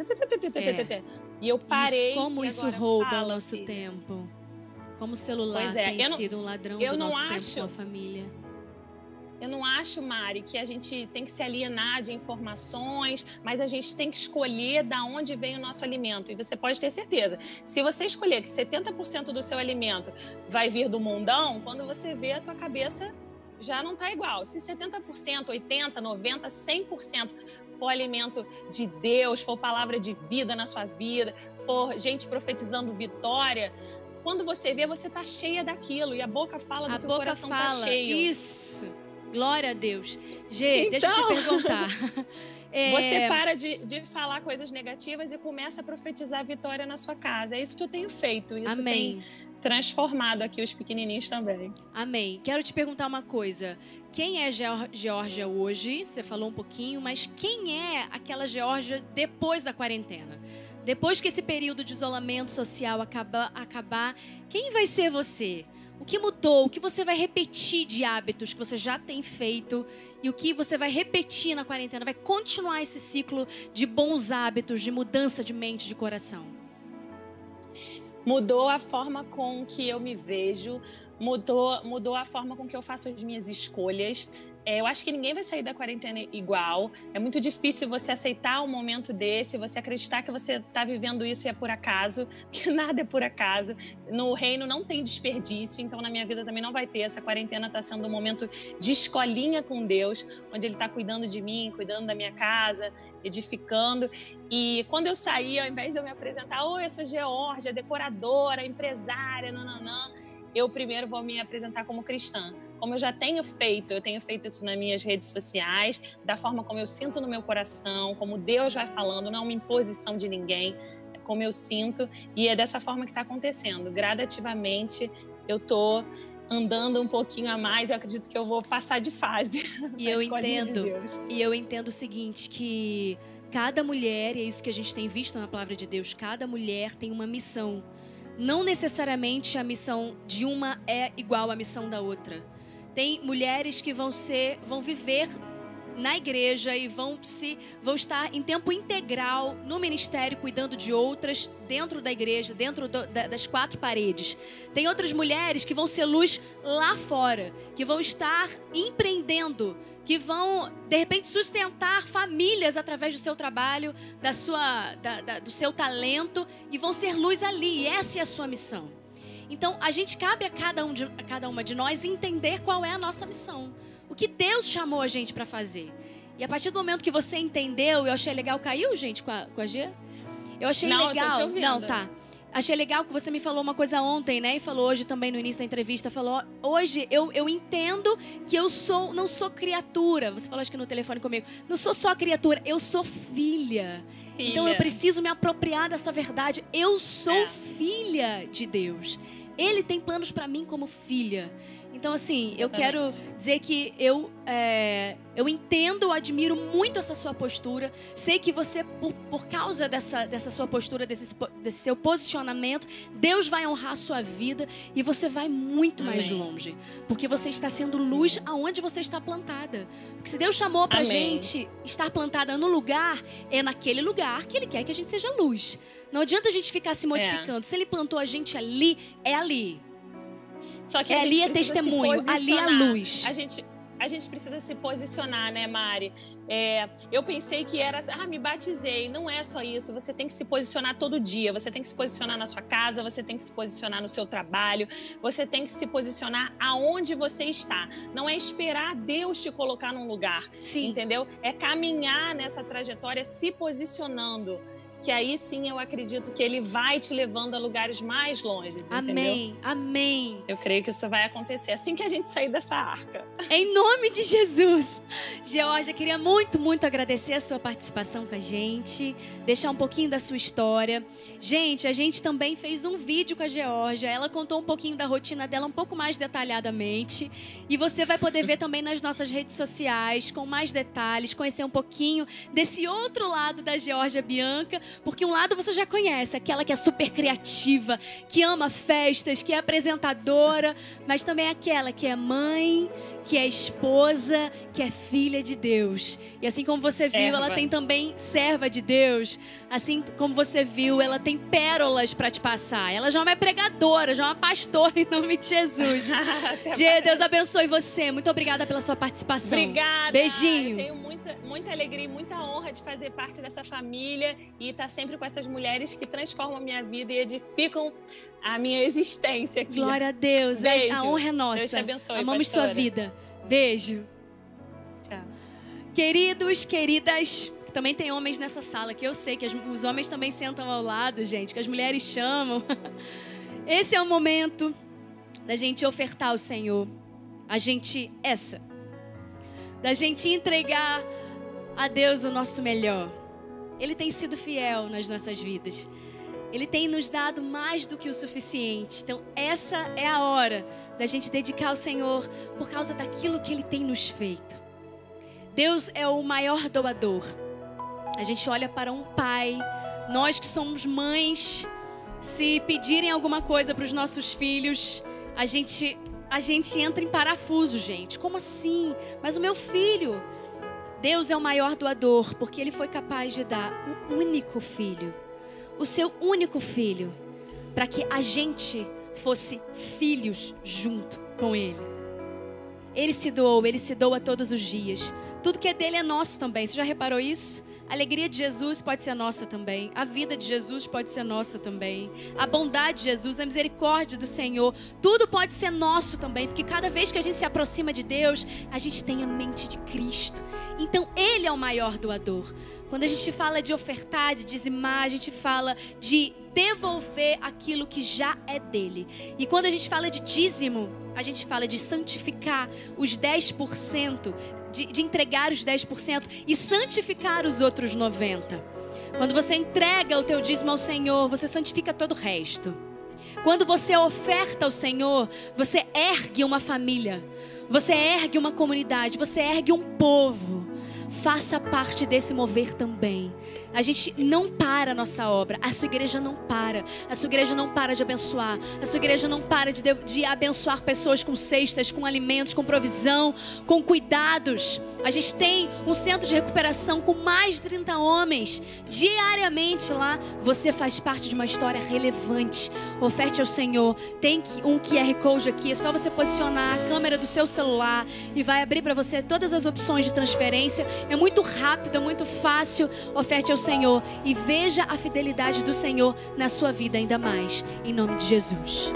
E eu parei. Como isso rouba o nosso tempo. Como o celular tem sido um ladrão do nosso tempo com a família. Eu não acho, Mari, que a gente tem que se alienar de informações, mas a gente tem que escolher de onde vem o nosso alimento. E você pode ter certeza, se você escolher que 70% do seu alimento vai vir do mundão, quando você vê, a tua cabeça já não está igual. Se 70%, 80%, 90%, 100% for alimento de Deus, for palavra de vida na sua vida, for gente profetizando vitória, quando você vê, você está cheia daquilo. E a boca fala do que o coração está cheio. Isso. Glória a Deus. Gê, deixa eu te perguntar. Você para de falar coisas negativas e começa a profetizar vitória na sua casa. É isso que eu tenho feito. Isso Amém. Tem transformado aqui os pequenininhos também. Amém. Quero te perguntar uma coisa. Quem é Geórgia hoje? Você falou um pouquinho, mas quem é aquela Geórgia depois da quarentena? Depois que esse período de isolamento social acabar, quem vai ser você? O que mudou? O que você vai repetir de hábitos que você já tem feito? E o que você vai repetir na quarentena? Vai continuar esse ciclo de bons hábitos, de mudança de mente, de coração? Mudou a forma com que eu me vejo, mudou a forma com que eu faço as minhas escolhas. Eu acho que ninguém vai sair da quarentena igual. É muito difícil você aceitar um momento desse, você acreditar que você está vivendo isso e é por acaso, que nada é por acaso. No reino não tem desperdício, então na minha vida também não vai ter. Essa quarentena está sendo um momento de escolinha com Deus, onde Ele está cuidando de mim, cuidando da minha casa, edificando. E quando eu saí, ao invés de eu me apresentar, oi, eu sou Geórgia, decoradora, empresária, nananã, eu primeiro vou me apresentar como cristã. Como eu já tenho feito, eu tenho feito isso nas minhas redes sociais, da forma como eu sinto no meu coração, como Deus vai falando, não é uma imposição de ninguém, é como eu sinto, e é dessa forma que está acontecendo. Gradativamente, eu estou andando um pouquinho a mais, eu acredito que eu vou passar de fase. E eu entendo o seguinte, que cada mulher, e é isso que a gente tem visto na palavra de Deus, cada mulher tem uma missão. Não necessariamente a missão de uma é igual à missão da outra. Tem mulheres que vão viver na igreja e vão estar em tempo integral no ministério, cuidando de outras dentro da igreja, dentro das quatro paredes. Tem outras mulheres que vão ser luz lá fora, que vão estar empreendendo, que vão, de repente, sustentar famílias através do seu trabalho, do seu talento, e vão ser luz ali. E essa é a sua missão. Então, cabe a cada uma de nós entender qual é a nossa missão. O que Deus chamou a gente para fazer. E a partir do momento que você entendeu, eu achei legal. Caiu, gente, com a G? Eu achei legal. Eu tô te ouvindo. Não, tá. Achei legal que você me falou uma coisa ontem, né? E falou hoje também no início da entrevista. Falou, hoje eu entendo que eu não sou criatura. Você falou acho que no telefone comigo. Não sou só criatura, eu sou filha. Então eu preciso me apropriar dessa verdade. Eu sou filha de Deus. Ele tem planos para mim como filha. Então, assim, exatamente. Eu quero dizer que eu entendo, admiro muito essa sua postura. Sei que você, por causa dessa sua postura, desse seu posicionamento, Deus vai honrar a sua vida e você vai muito mais longe. Porque você está sendo luz aonde você está plantada. Porque se Deus chamou pra gente estar plantada no lugar, é naquele lugar que Ele quer que a gente seja luz. Não adianta a gente ficar se modificando. Se Ele plantou a gente ali, é ali. Só que ali é testemunho, ali é luz. A gente precisa se posicionar, né, Mari? Eu pensei que era, me batizei. Não é só isso. Você tem que se posicionar todo dia. Você tem que se posicionar na sua casa, você tem que se posicionar no seu trabalho, você tem que se posicionar aonde você está. Não é esperar Deus te colocar num lugar, entendeu? É caminhar nessa trajetória se posicionando. Que aí sim eu acredito que Ele vai te levando a lugares mais longes, entendeu? Amém, amém. Eu creio que isso vai acontecer assim que a gente sair dessa arca. Em nome de Jesus. Geórgia, queria muito, muito agradecer a sua participação com a gente, deixar um pouquinho da sua história. Gente, a gente também fez um vídeo com a Geórgia, ela contou um pouquinho da rotina dela um pouco mais detalhadamente e você vai poder ver também nas nossas redes sociais, com mais detalhes, conhecer um pouquinho desse outro lado da Geórgia Bianca, Porque um lado você já conhece, aquela que é super criativa, que ama festas, que é apresentadora, mas também aquela que é mãe, que é esposa, que é filha de Deus. E assim como você viu, ela tem também serva de Deus. Assim como você viu, ela tem pérolas para te passar. Ela já é uma pregadora, já é uma pastora em nome de Jesus. Gê, Deus abençoe você. Muito obrigada pela sua participação. Obrigada. Beijinho. Eu tenho muita alegria e muita honra de fazer parte dessa família e estar sempre com essas mulheres que transformam a minha vida e edificam a minha existência aqui. Glória a Deus. Beijo. A honra é nossa. Deus te abençoe, amamos pastora. sua vida. Beijo. Tchau. Queridos, queridas, também tem homens nessa sala, que eu sei que os homens também sentam ao lado, gente, que as mulheres chamam. Esse é o momento da gente ofertar ao Senhor. Da gente entregar a Deus o nosso melhor. Ele tem sido fiel nas nossas vidas. Ele tem nos dado mais do que o suficiente. Então, essa é a hora da gente dedicar ao Senhor por causa daquilo que Ele tem nos feito. Deus é o maior doador. A gente olha para um pai. Nós que somos mães, se pedirem alguma coisa para os nossos filhos, a gente entra em parafuso, gente. Como assim? Mas o meu filho... Deus é o maior doador, porque Ele foi capaz de dar o único filho, o seu único filho, para que a gente fosse filhos junto com Ele. Ele se doa todos os dias. Tudo que é dele é nosso também. Você já reparou isso? A alegria de Jesus pode ser nossa também. A vida de Jesus pode ser nossa também. A bondade de Jesus, a misericórdia do Senhor, tudo pode ser nosso também. Porque cada vez que a gente se aproxima de Deus, a gente tem a mente de Cristo. Então, Ele é o maior doador. Quando a gente fala de ofertar, de dizimar, a gente fala de devolver aquilo que já é dele. E quando a gente fala de dízimo, a gente fala de santificar os 10%, de entregar os 10% e santificar os outros 90%. Quando você entrega o teu dízimo ao Senhor, você santifica todo o resto. Quando você oferta ao Senhor, você ergue uma família, você ergue uma comunidade, você ergue um povo. Faça parte desse mover também. A gente não para a nossa obra. A sua igreja não para. A sua igreja não para de abençoar. A sua igreja não para de abençoar pessoas com cestas, com alimentos, com provisão, com cuidados. A gente tem um centro de recuperação com mais de 30 homens diariamente lá. Você faz parte de uma história relevante. Oferte ao Senhor. Tem um QR Code aqui. É só você posicionar a câmera do seu celular e vai abrir para você todas as opções de transferência. É muito rápido, é muito fácil. Oferte ao Senhor e veja a fidelidade do Senhor na sua vida ainda mais. Em nome de Jesus.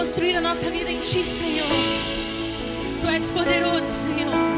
construir a nossa vida em Ti, Senhor. Tu és poderoso, Senhor.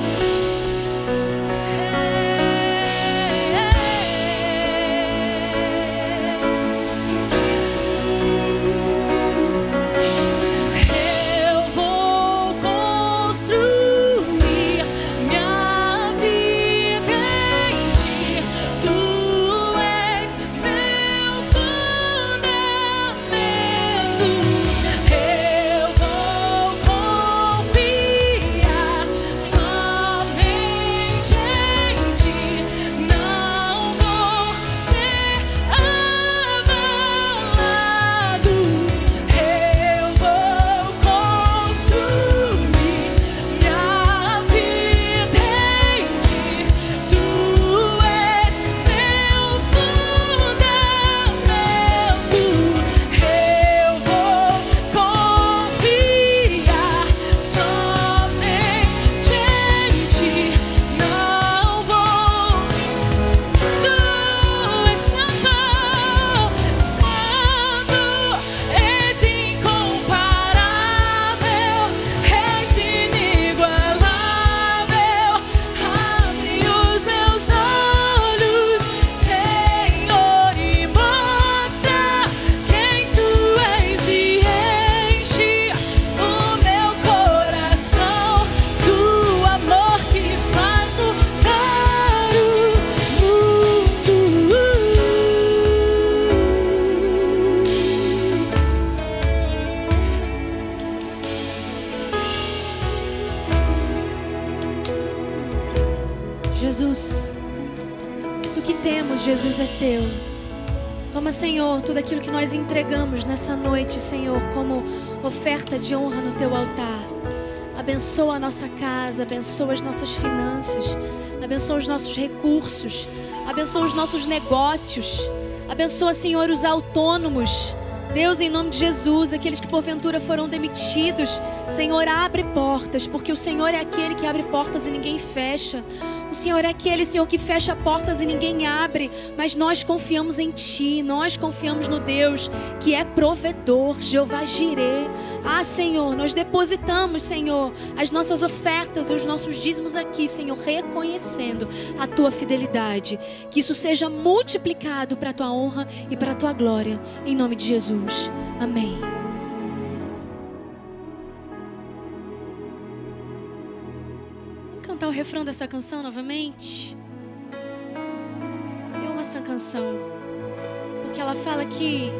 Jesus, tudo que temos, Jesus, é Teu. Toma, Senhor, tudo aquilo que nós entregamos nessa noite, Senhor, como oferta de honra no Teu altar. Abençoa a nossa casa, abençoa as nossas finanças, abençoa os nossos recursos, abençoa os nossos negócios, abençoa, Senhor, os autônomos. Deus, em nome de Jesus, aqueles que porventura foram demitidos, Senhor, abre portas, porque o Senhor é aquele que abre portas e ninguém fecha. O Senhor é aquele, Senhor, que fecha portas e ninguém abre, mas nós confiamos em Ti, nós confiamos no Deus que é provedor, Jeová Jirê. Ah, Senhor, nós depositamos, Senhor, as nossas ofertas, os nossos dízimos aqui, Senhor, reconhecendo a Tua fidelidade. Que isso seja multiplicado para a Tua honra e para a Tua glória, em nome de Jesus. Amém. Cantar o refrão dessa canção novamente. Eu amo essa canção porque ela fala que...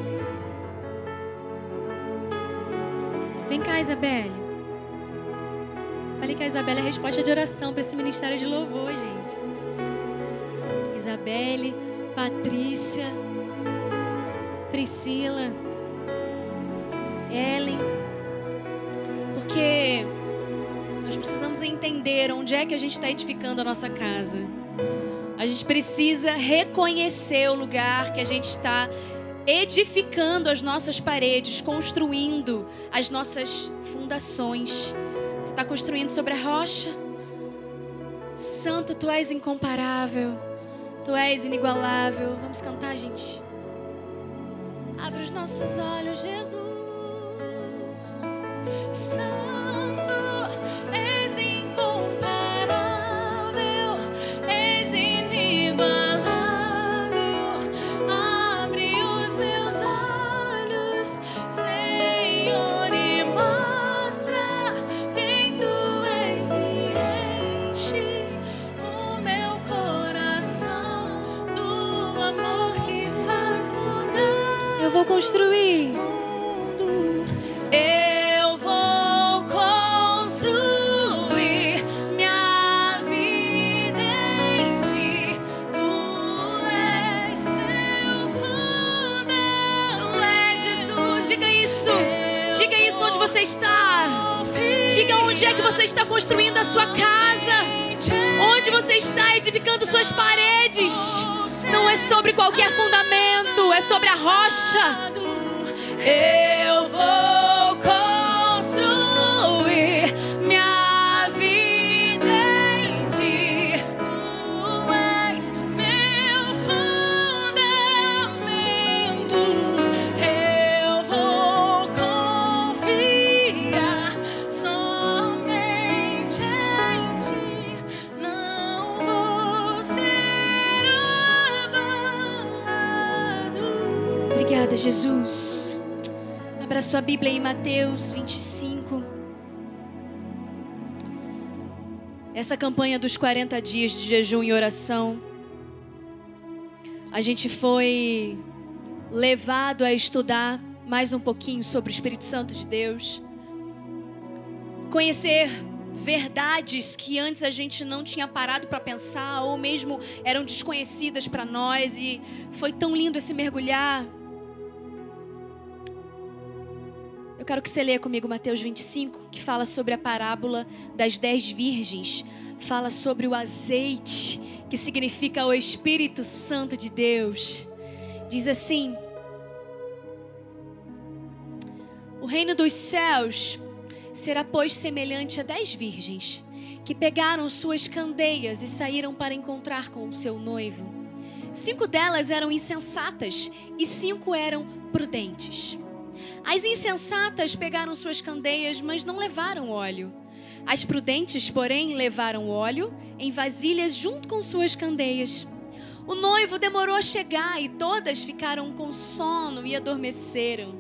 Vem cá, Isabelle. Falei que a Isabelle é a resposta de oração para esse ministério de louvor, gente. Isabelle, Patrícia, Priscila, Ellen. Porque nós precisamos entender onde é que a gente está edificando a nossa casa. A gente precisa reconhecer o lugar que a gente está edificando as nossas paredes, construindo as nossas fundações. Você está construindo sobre a rocha? Santo, Tu és incomparável, Tu és inigualável. Vamos cantar, gente? Abre os nossos olhos, Jesus. Santo, és incomparável, és inigualável. Abre os meus olhos, Senhor, e mostra quem Tu és e enche o meu coração do amor que faz mudar. Eu vou construir. Eu vou construir minha vida em Ti. Tu és meu fundamento. Tu és Jesus. Diga isso. Diga isso onde você está. Diga onde é que você está construindo a sua casa. Onde você está edificando suas paredes. Não é sobre qualquer fundamento, é sobre a rocha. Eu vou construir minha vida em Ti. Tu és meu fundamento. Eu vou confiar Jesus. Abra sua Bíblia em Mateus 25. Essa campanha dos 40 dias de jejum e oração, a gente foi levado a estudar mais um pouquinho sobre o Espírito Santo de Deus, conhecer verdades que antes a gente não tinha parado para pensar ou mesmo eram desconhecidas para nós, e foi tão lindo esse mergulhar. Eu quero que você leia comigo Mateus 25, que fala sobre a parábola das 10 virgens, fala sobre o azeite, que significa o Espírito Santo de Deus. Diz assim: o reino dos céus será, pois, semelhante a 10 virgens, que pegaram suas candeias e saíram para encontrar com o seu noivo. 5 delas eram insensatas e 5 eram prudentes. As insensatas pegaram suas candeias, mas não levaram óleo. As prudentes, porém, levaram óleo em vasilhas junto com suas candeias. O noivo demorou a chegar e todas ficaram com sono e adormeceram.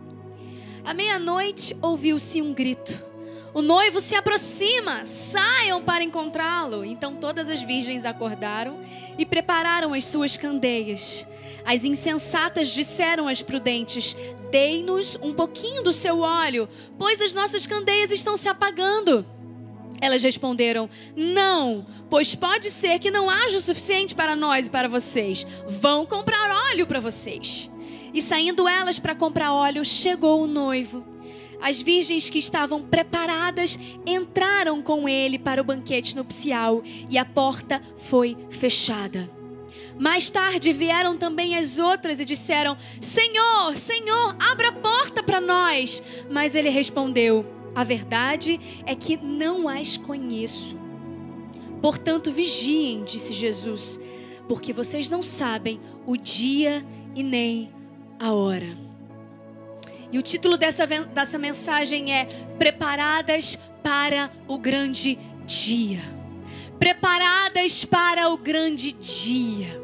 À meia-noite ouviu-se um grito: o noivo se aproxima, saiam para encontrá-lo. Então todas as virgens acordaram e prepararam as suas candeias. As insensatas disseram às prudentes: dei-nos um pouquinho do seu óleo, pois as nossas candeias estão se apagando. Elas responderam: não, pois pode ser que não haja o suficiente para nós e para vocês. Vão comprar óleo para vocês. E saindo elas para comprar óleo, chegou o noivo. As virgens que estavam preparadas entraram com ele para o banquete nupcial e a porta foi fechada. Mais tarde vieram também as outras e disseram: Senhor, Senhor, abra a porta para nós. Mas ele respondeu: a verdade é que não as conheço. Portanto, vigiem, disse Jesus, porque vocês não sabem o dia e nem a hora. E o título dessa mensagem é Preparadas para o grande dia. Preparadas para o grande dia.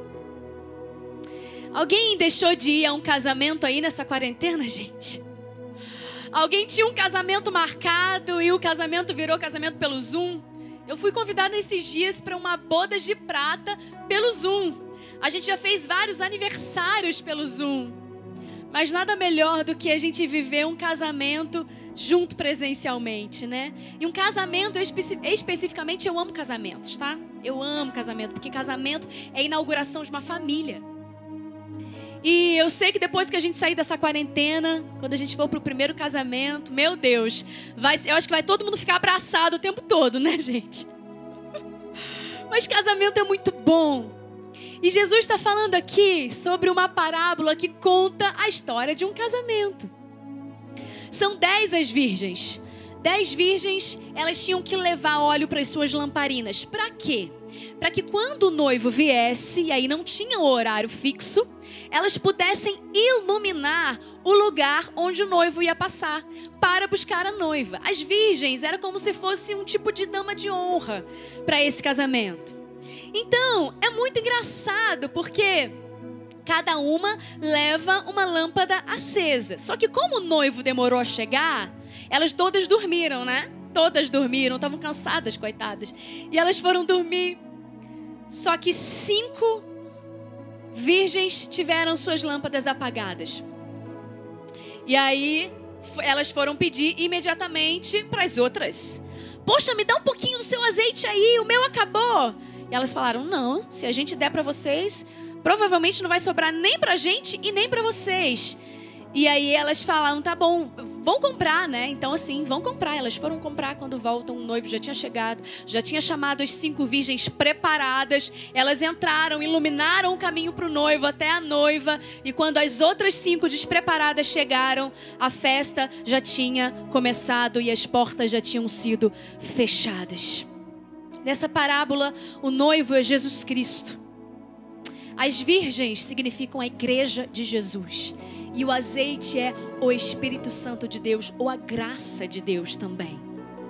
Alguém deixou de ir a um casamento aí nessa quarentena, gente? Alguém tinha um casamento marcado e o casamento virou casamento pelo Zoom? Eu fui convidada esses dias para uma boda de prata pelo Zoom. A gente já fez vários aniversários pelo Zoom. Mas nada melhor do que a gente viver um casamento junto presencialmente, né? E um casamento, especificamente, eu amo casamentos, tá? Eu amo casamento, porque casamento é a inauguração de uma família. E eu sei que depois que a gente sair dessa quarentena, quando a gente for pro primeiro casamento, meu Deus, eu acho que vai todo mundo ficar abraçado o tempo todo, né, gente? Mas casamento é muito bom. E Jesus está falando aqui sobre uma parábola que conta a história de um casamento. São 10 as virgens. 10 virgens, elas tinham que levar óleo para as suas lamparinas. Para quê? Para que quando o noivo viesse, e aí não tinha o horário fixo, elas pudessem iluminar o lugar onde o noivo ia passar para buscar a noiva. As virgens eram como se fosse um tipo de dama de honra para esse casamento. Então, é muito engraçado porque cada uma leva uma lâmpada acesa. Só que como o noivo demorou a chegar, elas todas dormiram, né? Todas dormiram, estavam cansadas, coitadas. E elas foram dormir. Só que 5 virgens tiveram suas lâmpadas apagadas. E aí, elas foram pedir imediatamente para as outras: poxa, me dá um pouquinho do seu azeite aí, o meu acabou. E elas falaram: não, se a gente der para vocês, provavelmente não vai sobrar nem pra gente e nem pra vocês. E aí elas falaram: tá bom, vão comprar, né? Então assim, vão comprar. Elas foram comprar. Quando voltam, o noivo já tinha chegado, já tinha chamado as 5 virgens preparadas. Elas entraram, iluminaram o caminho pro noivo até a noiva. E quando as outras 5 despreparadas chegaram, a festa já tinha começado e as portas já tinham sido fechadas. Nessa parábola, o noivo é Jesus Cristo. As virgens significam a igreja de Jesus. E o azeite é o Espírito Santo de Deus, ou a graça de Deus também.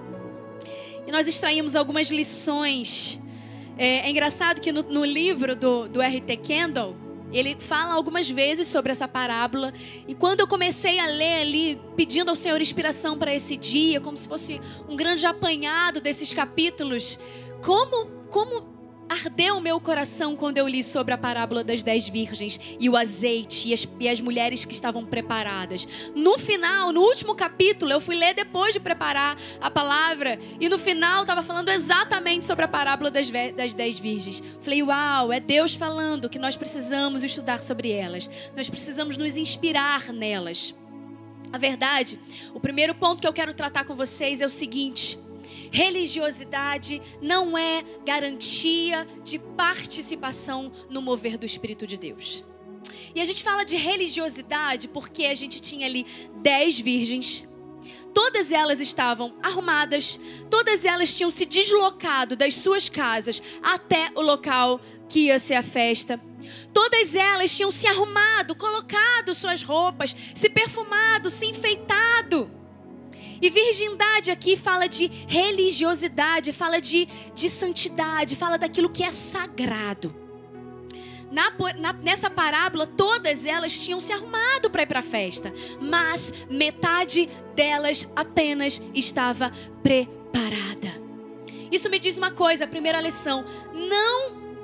E nós extraímos algumas lições. É engraçado que no livro do R.T. Kendall, Ele fala algumas vezes sobre essa parábola. E quando eu comecei a ler ali, pedindo ao Senhor inspiração para esse dia, como se fosse um grande apanhado desses capítulos, como ardeu o meu coração quando eu li sobre a parábola das 10 virgens e o azeite e as mulheres que estavam preparadas. No final, no último capítulo, eu fui ler depois de preparar a palavra e no final estava falando exatamente sobre a parábola das 10 virgens. Falei, uau, é Deus falando que nós precisamos estudar sobre elas. Nós precisamos nos inspirar nelas. A verdade, o primeiro ponto que eu quero tratar com vocês é o seguinte: religiosidade não é garantia de participação no mover do Espírito de Deus. E a gente fala de religiosidade porque a gente tinha ali 10 virgens. Todas elas estavam arrumadas, todas elas tinham se deslocado das suas casas até o local que ia ser a festa. Todas elas tinham se arrumado, colocado suas roupas, se perfumado, se enfeitado. E virgindade aqui fala de religiosidade, fala de santidade, fala daquilo que é sagrado. Nessa parábola, todas elas tinham se arrumado para ir para a festa, mas metade delas apenas estava preparada. Isso me diz uma coisa, a primeira lição: não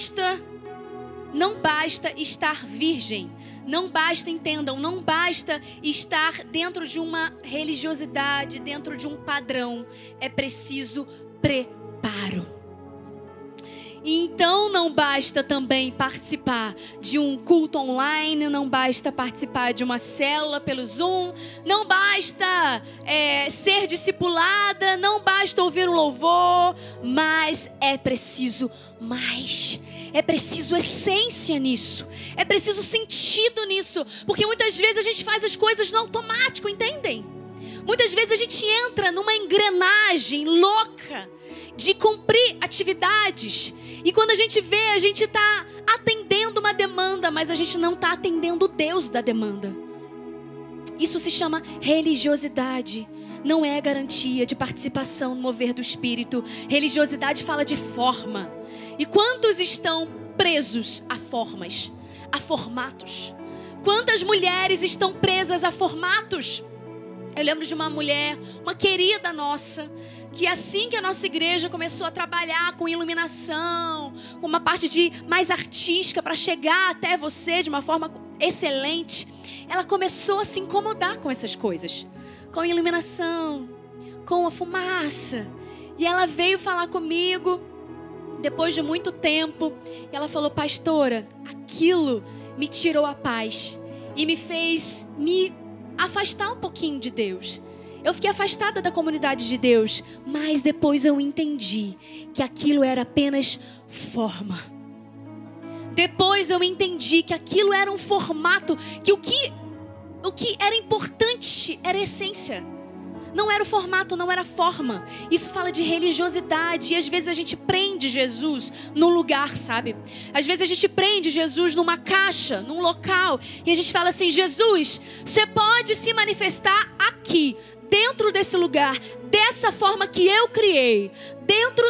basta estar virgem. Não basta, entendam, não basta estar dentro de uma religiosidade, dentro de um padrão. É preciso preparo. E então não basta também participar de um culto online, não basta participar de uma célula pelo Zoom, não basta ser discipulada, não basta ouvir um louvor, mas é preciso mais. É preciso essência nisso. É preciso sentido nisso. Porque muitas vezes a gente faz as coisas no automático, entendem? Muitas vezes a gente entra numa engrenagem louca de cumprir atividades. E quando a gente vê, a gente está atendendo uma demanda, mas a gente não está atendendo o Deus da demanda. Isso se chama religiosidade. Não é garantia de participação no mover do Espírito. Religiosidade fala de forma. E quantos estão presos a formas, a formatos? Quantas mulheres estão presas a formatos? Eu lembro de uma mulher, uma querida nossa, que assim que a nossa igreja começou a trabalhar com iluminação, com uma parte mais artística para chegar até você de uma forma excelente, ela começou a se incomodar com essas coisas, com a iluminação, com a fumaça. E ela veio falar comigo depois de muito tempo, e ela falou: pastora, aquilo me tirou a paz e me fez me afastar um pouquinho de Deus. Eu fiquei afastada da comunidade de Deus, mas depois eu entendi que aquilo era apenas forma. Depois eu entendi que aquilo era um formato, que o que era importante era a essência. Não era o formato, não era a forma. Isso fala de religiosidade. E às vezes a gente prende Jesus num lugar, sabe? Às vezes a gente prende Jesus numa caixa, num local. E a gente fala assim: Jesus, você pode se manifestar aqui, dentro desse lugar, dessa forma que eu criei, dentro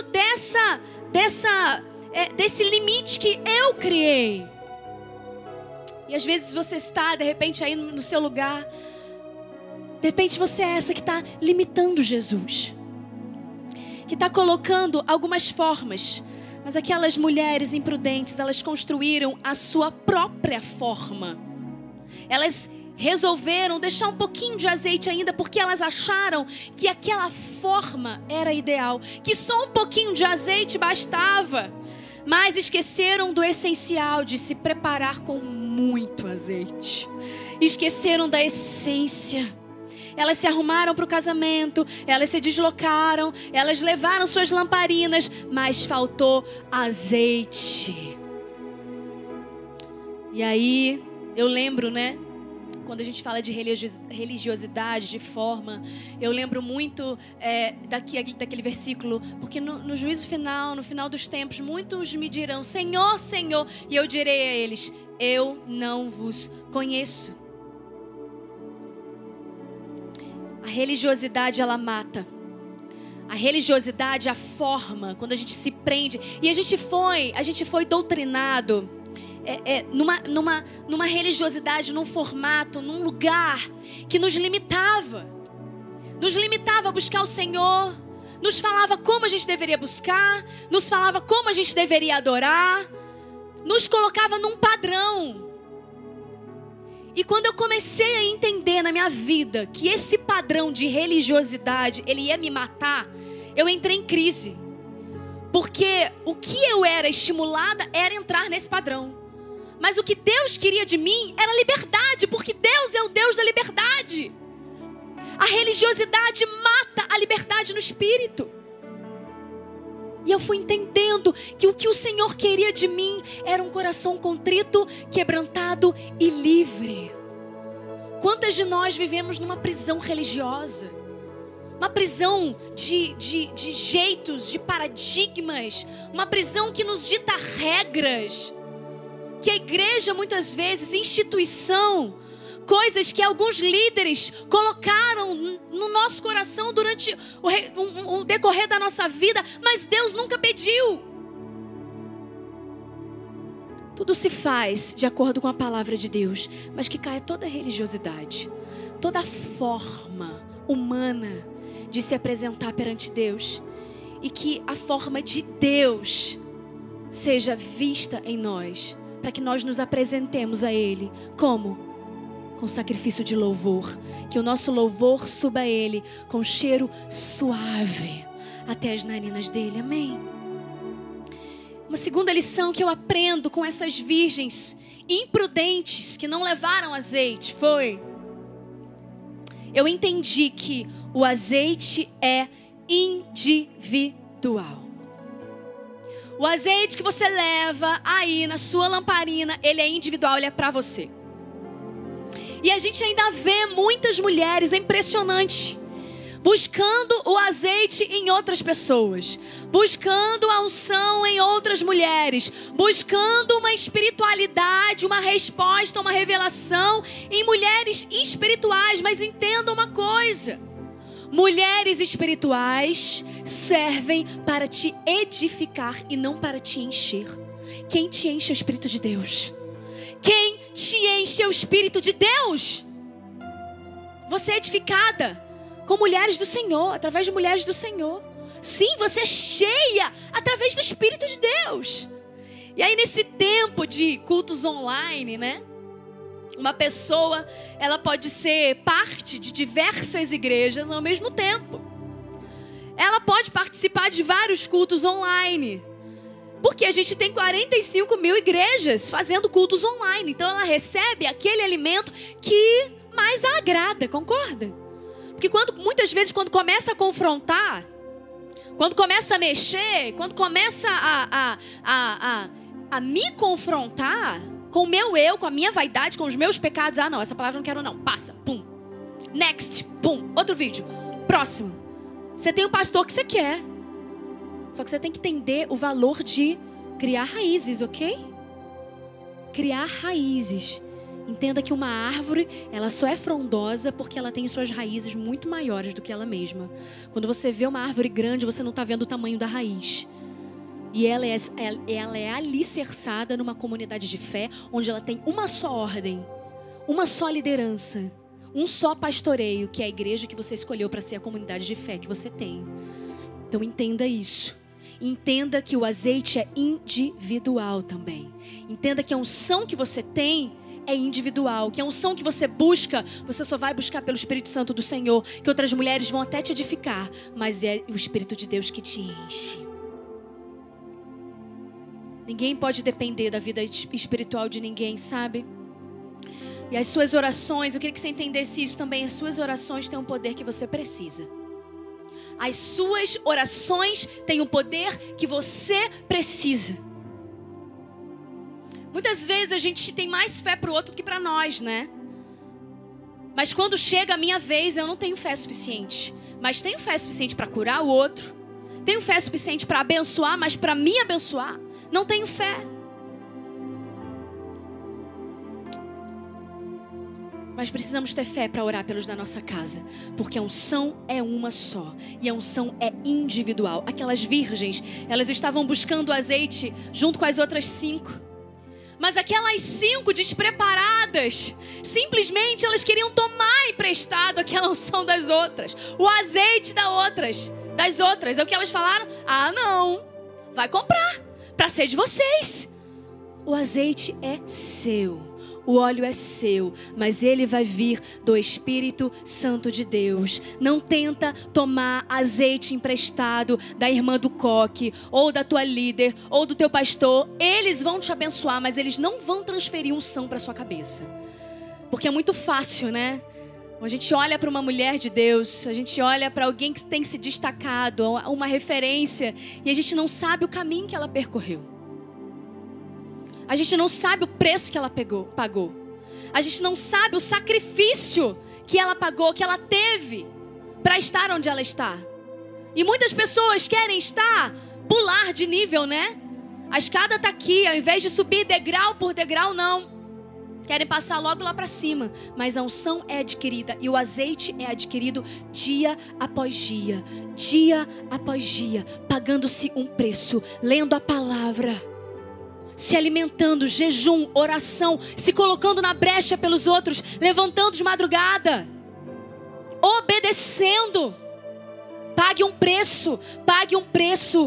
desse limite que eu criei. E às vezes você está, de repente, aí no seu lugar. De repente você é essa que está limitando Jesus, que está colocando algumas formas, mas aquelas mulheres imprudentes, elas construíram a sua própria forma. Elas resolveram deixar um pouquinho de azeite ainda, porque elas acharam que aquela forma era ideal, que só um pouquinho de azeite bastava, mas esqueceram do essencial de se preparar com muito azeite. Esqueceram da essência. Elas se arrumaram para o casamento, elas se deslocaram, elas levaram suas lamparinas, mas faltou azeite. E aí, eu lembro, né? Quando a gente fala de religiosidade, de forma, eu lembro muito daquele versículo, porque no juízo final, no final dos tempos, muitos me dirão: Senhor, Senhor, e eu direi a eles: eu não vos conheço. A religiosidade, ela mata. A religiosidade, a forma, quando a gente se prende. E a gente foi doutrinado numa religiosidade, num formato, num lugar que nos limitava. Nos limitava a buscar o Senhor, nos falava como a gente deveria buscar, nos falava como a gente deveria adorar, nos colocava num padrão. E quando eu comecei a entender na minha vida que esse padrão de religiosidade, ele ia me matar, eu entrei em crise. Porque o que eu era estimulada era entrar nesse padrão. Mas o que Deus queria de mim era liberdade, porque Deus é o Deus da liberdade. A religiosidade mata a liberdade no espírito. E eu fui entendendo que o que o Senhor queria de mim era um coração contrito, quebrantado e livre. Quantas de nós vivemos numa prisão religiosa? Uma prisão de jeitos, de paradigmas. Uma prisão que nos dita regras. Que a igreja muitas vezes, instituição, coisas que alguns líderes colocaram no nosso coração durante o decorrer da nossa vida, mas Deus nunca pediu. Tudo se faz de acordo com a palavra de Deus, mas que cai toda a religiosidade, toda a forma humana de se apresentar perante Deus, e que a forma de Deus seja vista em nós, para que nós nos apresentemos a Ele como? Com sacrifício de louvor, que o nosso louvor suba a Ele com cheiro suave até as narinas dele, amém? Uma segunda lição que eu aprendo com essas virgens imprudentes que não levaram azeite foi: eu entendi que o azeite é individual. O azeite que você leva aí na sua lamparina, ele é individual, ele é para você. E a gente ainda vê muitas mulheres, é impressionante, buscando o azeite em outras pessoas, buscando a unção em outras mulheres, buscando uma espiritualidade, uma resposta, uma revelação em mulheres espirituais. Mas entenda uma coisa: mulheres espirituais servem para te edificar e não para te encher. Quem te enche é o Espírito de Deus. Quem te enche é o Espírito de Deus. Você é edificada com mulheres do Senhor, através de mulheres do Senhor. Sim, você é cheia através do Espírito de Deus. E aí, nesse tempo de cultos online, né? Uma pessoa, ela pode ser parte de diversas igrejas ao mesmo tempo. Ela pode participar de vários cultos online. Porque a gente tem 45 mil igrejas fazendo cultos online. Então ela recebe aquele alimento que mais a agrada, concorda? Porque muitas vezes quando começa a confrontar, quando começa a mexer, quando começa a me confrontar com o meu eu, com a minha vaidade, com os meus pecados. Ah, não, essa palavra não quero não. Passa, pum. Next, pum. Outro vídeo. Próximo. Você tem o pastor que você quer. Só que você tem que entender o valor de criar raízes, ok? Criar raízes. Entenda que uma árvore, ela só é frondosa porque ela tem suas raízes muito maiores do que ela mesma. Quando você vê uma árvore grande, você não está vendo o tamanho da raiz. E ela é alicerçada numa comunidade de fé, onde ela tem uma só ordem, uma só liderança, um só pastoreio, que é a igreja que você escolheu para ser a comunidade de fé que você tem. Então entenda isso. Entenda que o azeite é individual também. Entenda que a unção que você tem é individual. Que a unção que você busca, você só vai buscar pelo Espírito Santo do Senhor. Que outras mulheres vão até te edificar, mas é o Espírito de Deus que te enche. Ninguém pode depender da vida espiritual de ninguém, sabe? E as suas orações, eu queria que você entendesse isso também. As suas orações têm um poder que você precisa. As suas orações têm um poder que você precisa. Muitas vezes a gente tem mais fé para o outro do que para nós, né? Mas quando chega a minha vez, eu não tenho fé suficiente. Mas tenho fé suficiente para curar o outro. Tenho fé suficiente para abençoar, mas para me abençoar, não tenho fé. Mas precisamos ter fé para orar pelos da nossa casa. Porque a unção é uma só. E a unção é individual. Aquelas virgens, elas estavam buscando azeite junto com as outras 5. Mas aquelas 5 despreparadas, simplesmente elas queriam tomar emprestado aquela unção das outras, o azeite das outras. É o que elas falaram? Ah, não, vai comprar, para ser de vocês. O azeite é seu. O óleo é seu, mas ele vai vir do Espírito Santo de Deus. Não tenta tomar azeite emprestado da irmã do coque, ou da tua líder, ou do teu pastor. Eles vão te abençoar, mas eles não vão transferir unção para sua cabeça. Porque é muito fácil, né? A gente olha para uma mulher de Deus, a gente olha para alguém que tem se destacado, uma referência, e a gente não sabe o caminho que ela percorreu. A gente não sabe o preço que ela pagou. A gente não sabe o sacrifício que ela pagou, que ela teve para estar onde ela está. E muitas pessoas querem pular de nível, né? A escada está aqui, ao invés de subir degrau por degrau, não. Querem passar logo lá para cima. Mas a unção é adquirida e o azeite é adquirido dia após dia. Dia após dia, pagando-se um preço, lendo a palavra, se alimentando, jejum, oração, se colocando na brecha pelos outros, levantando de madrugada, obedecendo. Pague um preço, pague um preço.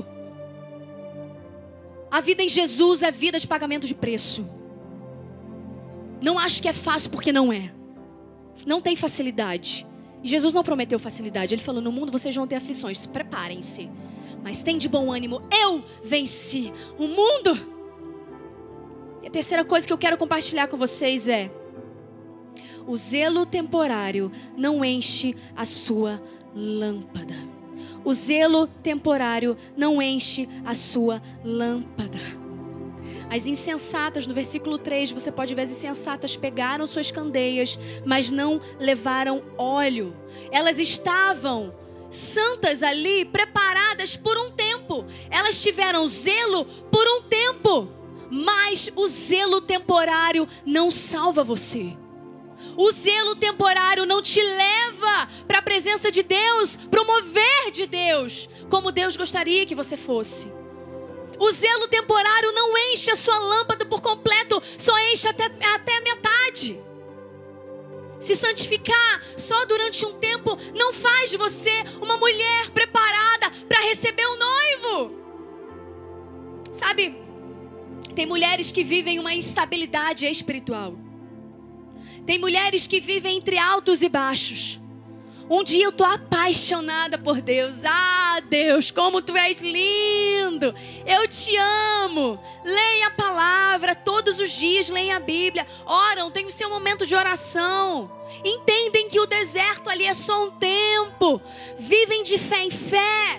A vida em Jesus é vida de pagamento de preço. Não acho que é fácil, porque não é. Não tem facilidade. E Jesus não prometeu facilidade. Ele falou: no mundo vocês vão ter aflições, preparem-se, mas tem de bom ânimo, eu venci o mundo. E a terceira coisa que eu quero compartilhar com vocês é: o zelo temporário não enche a sua lâmpada. O zelo temporário não enche a sua lâmpada. As insensatas, no versículo 3, você pode ver: as insensatas pegaram suas candeias, mas não levaram óleo. Elas estavam santas ali, preparadas por um tempo. Elas tiveram zelo por um tempo. Mas o zelo temporário não salva você. O zelo temporário não te leva para a presença de Deus, para o mover de Deus, como Deus gostaria que você fosse. O zelo temporário não enche a sua lâmpada por completo, só enche até a metade. Se santificar só durante um tempo não faz de você uma mulher preparada para receber o noivo. Sabe, tem mulheres que vivem uma instabilidade espiritual. Tem mulheres que vivem entre altos e baixos. Um dia eu estou apaixonada por Deus. Ah, Deus, como Tu és lindo. Eu te amo. Leia a palavra todos os dias, leia a Bíblia. Oram, tem o seu momento de oração. Entendem que o deserto ali é só um tempo. Vivem de fé em fé.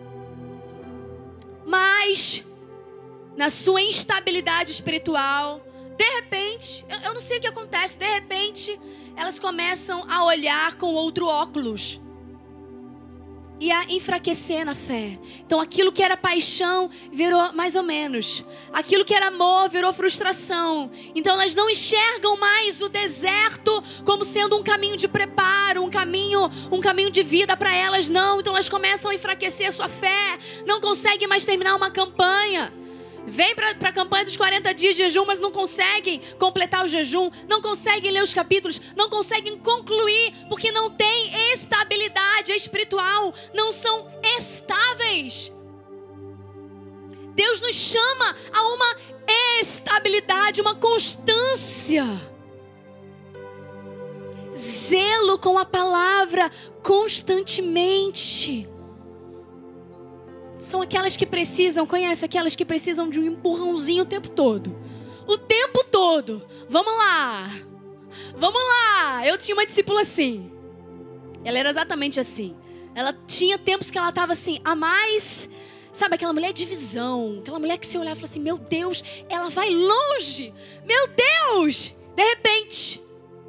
Mas na sua instabilidade espiritual, de repente, eu não sei o que acontece, de repente, elas começam a olhar com outro óculos e a enfraquecer na fé. Então aquilo que era paixão virou mais ou menos. Aquilo que era amor virou frustração. Então elas não enxergam mais o deserto como sendo um caminho de preparo, um caminho de vida para elas, não. Então elas começam a enfraquecer a sua fé, não conseguem mais terminar uma campanha. Vem para a campanha dos 40 dias de jejum, mas não conseguem completar o jejum, não conseguem ler os capítulos, não conseguem concluir, porque não tem estabilidade espiritual, não são estáveis. Deus nos chama a uma estabilidade, uma constância. Zelo com a palavra constantemente. São aquelas que precisam, conhece aquelas que precisam de um empurrãozinho o tempo todo. O tempo todo. Vamos lá. Vamos lá. Eu tinha uma discípula assim. Ela era exatamente assim. Ela tinha tempos que ela estava assim, a mais... Sabe, aquela mulher de visão. Aquela mulher que você olhava e falava assim, meu Deus, ela vai longe. Meu Deus. De repente.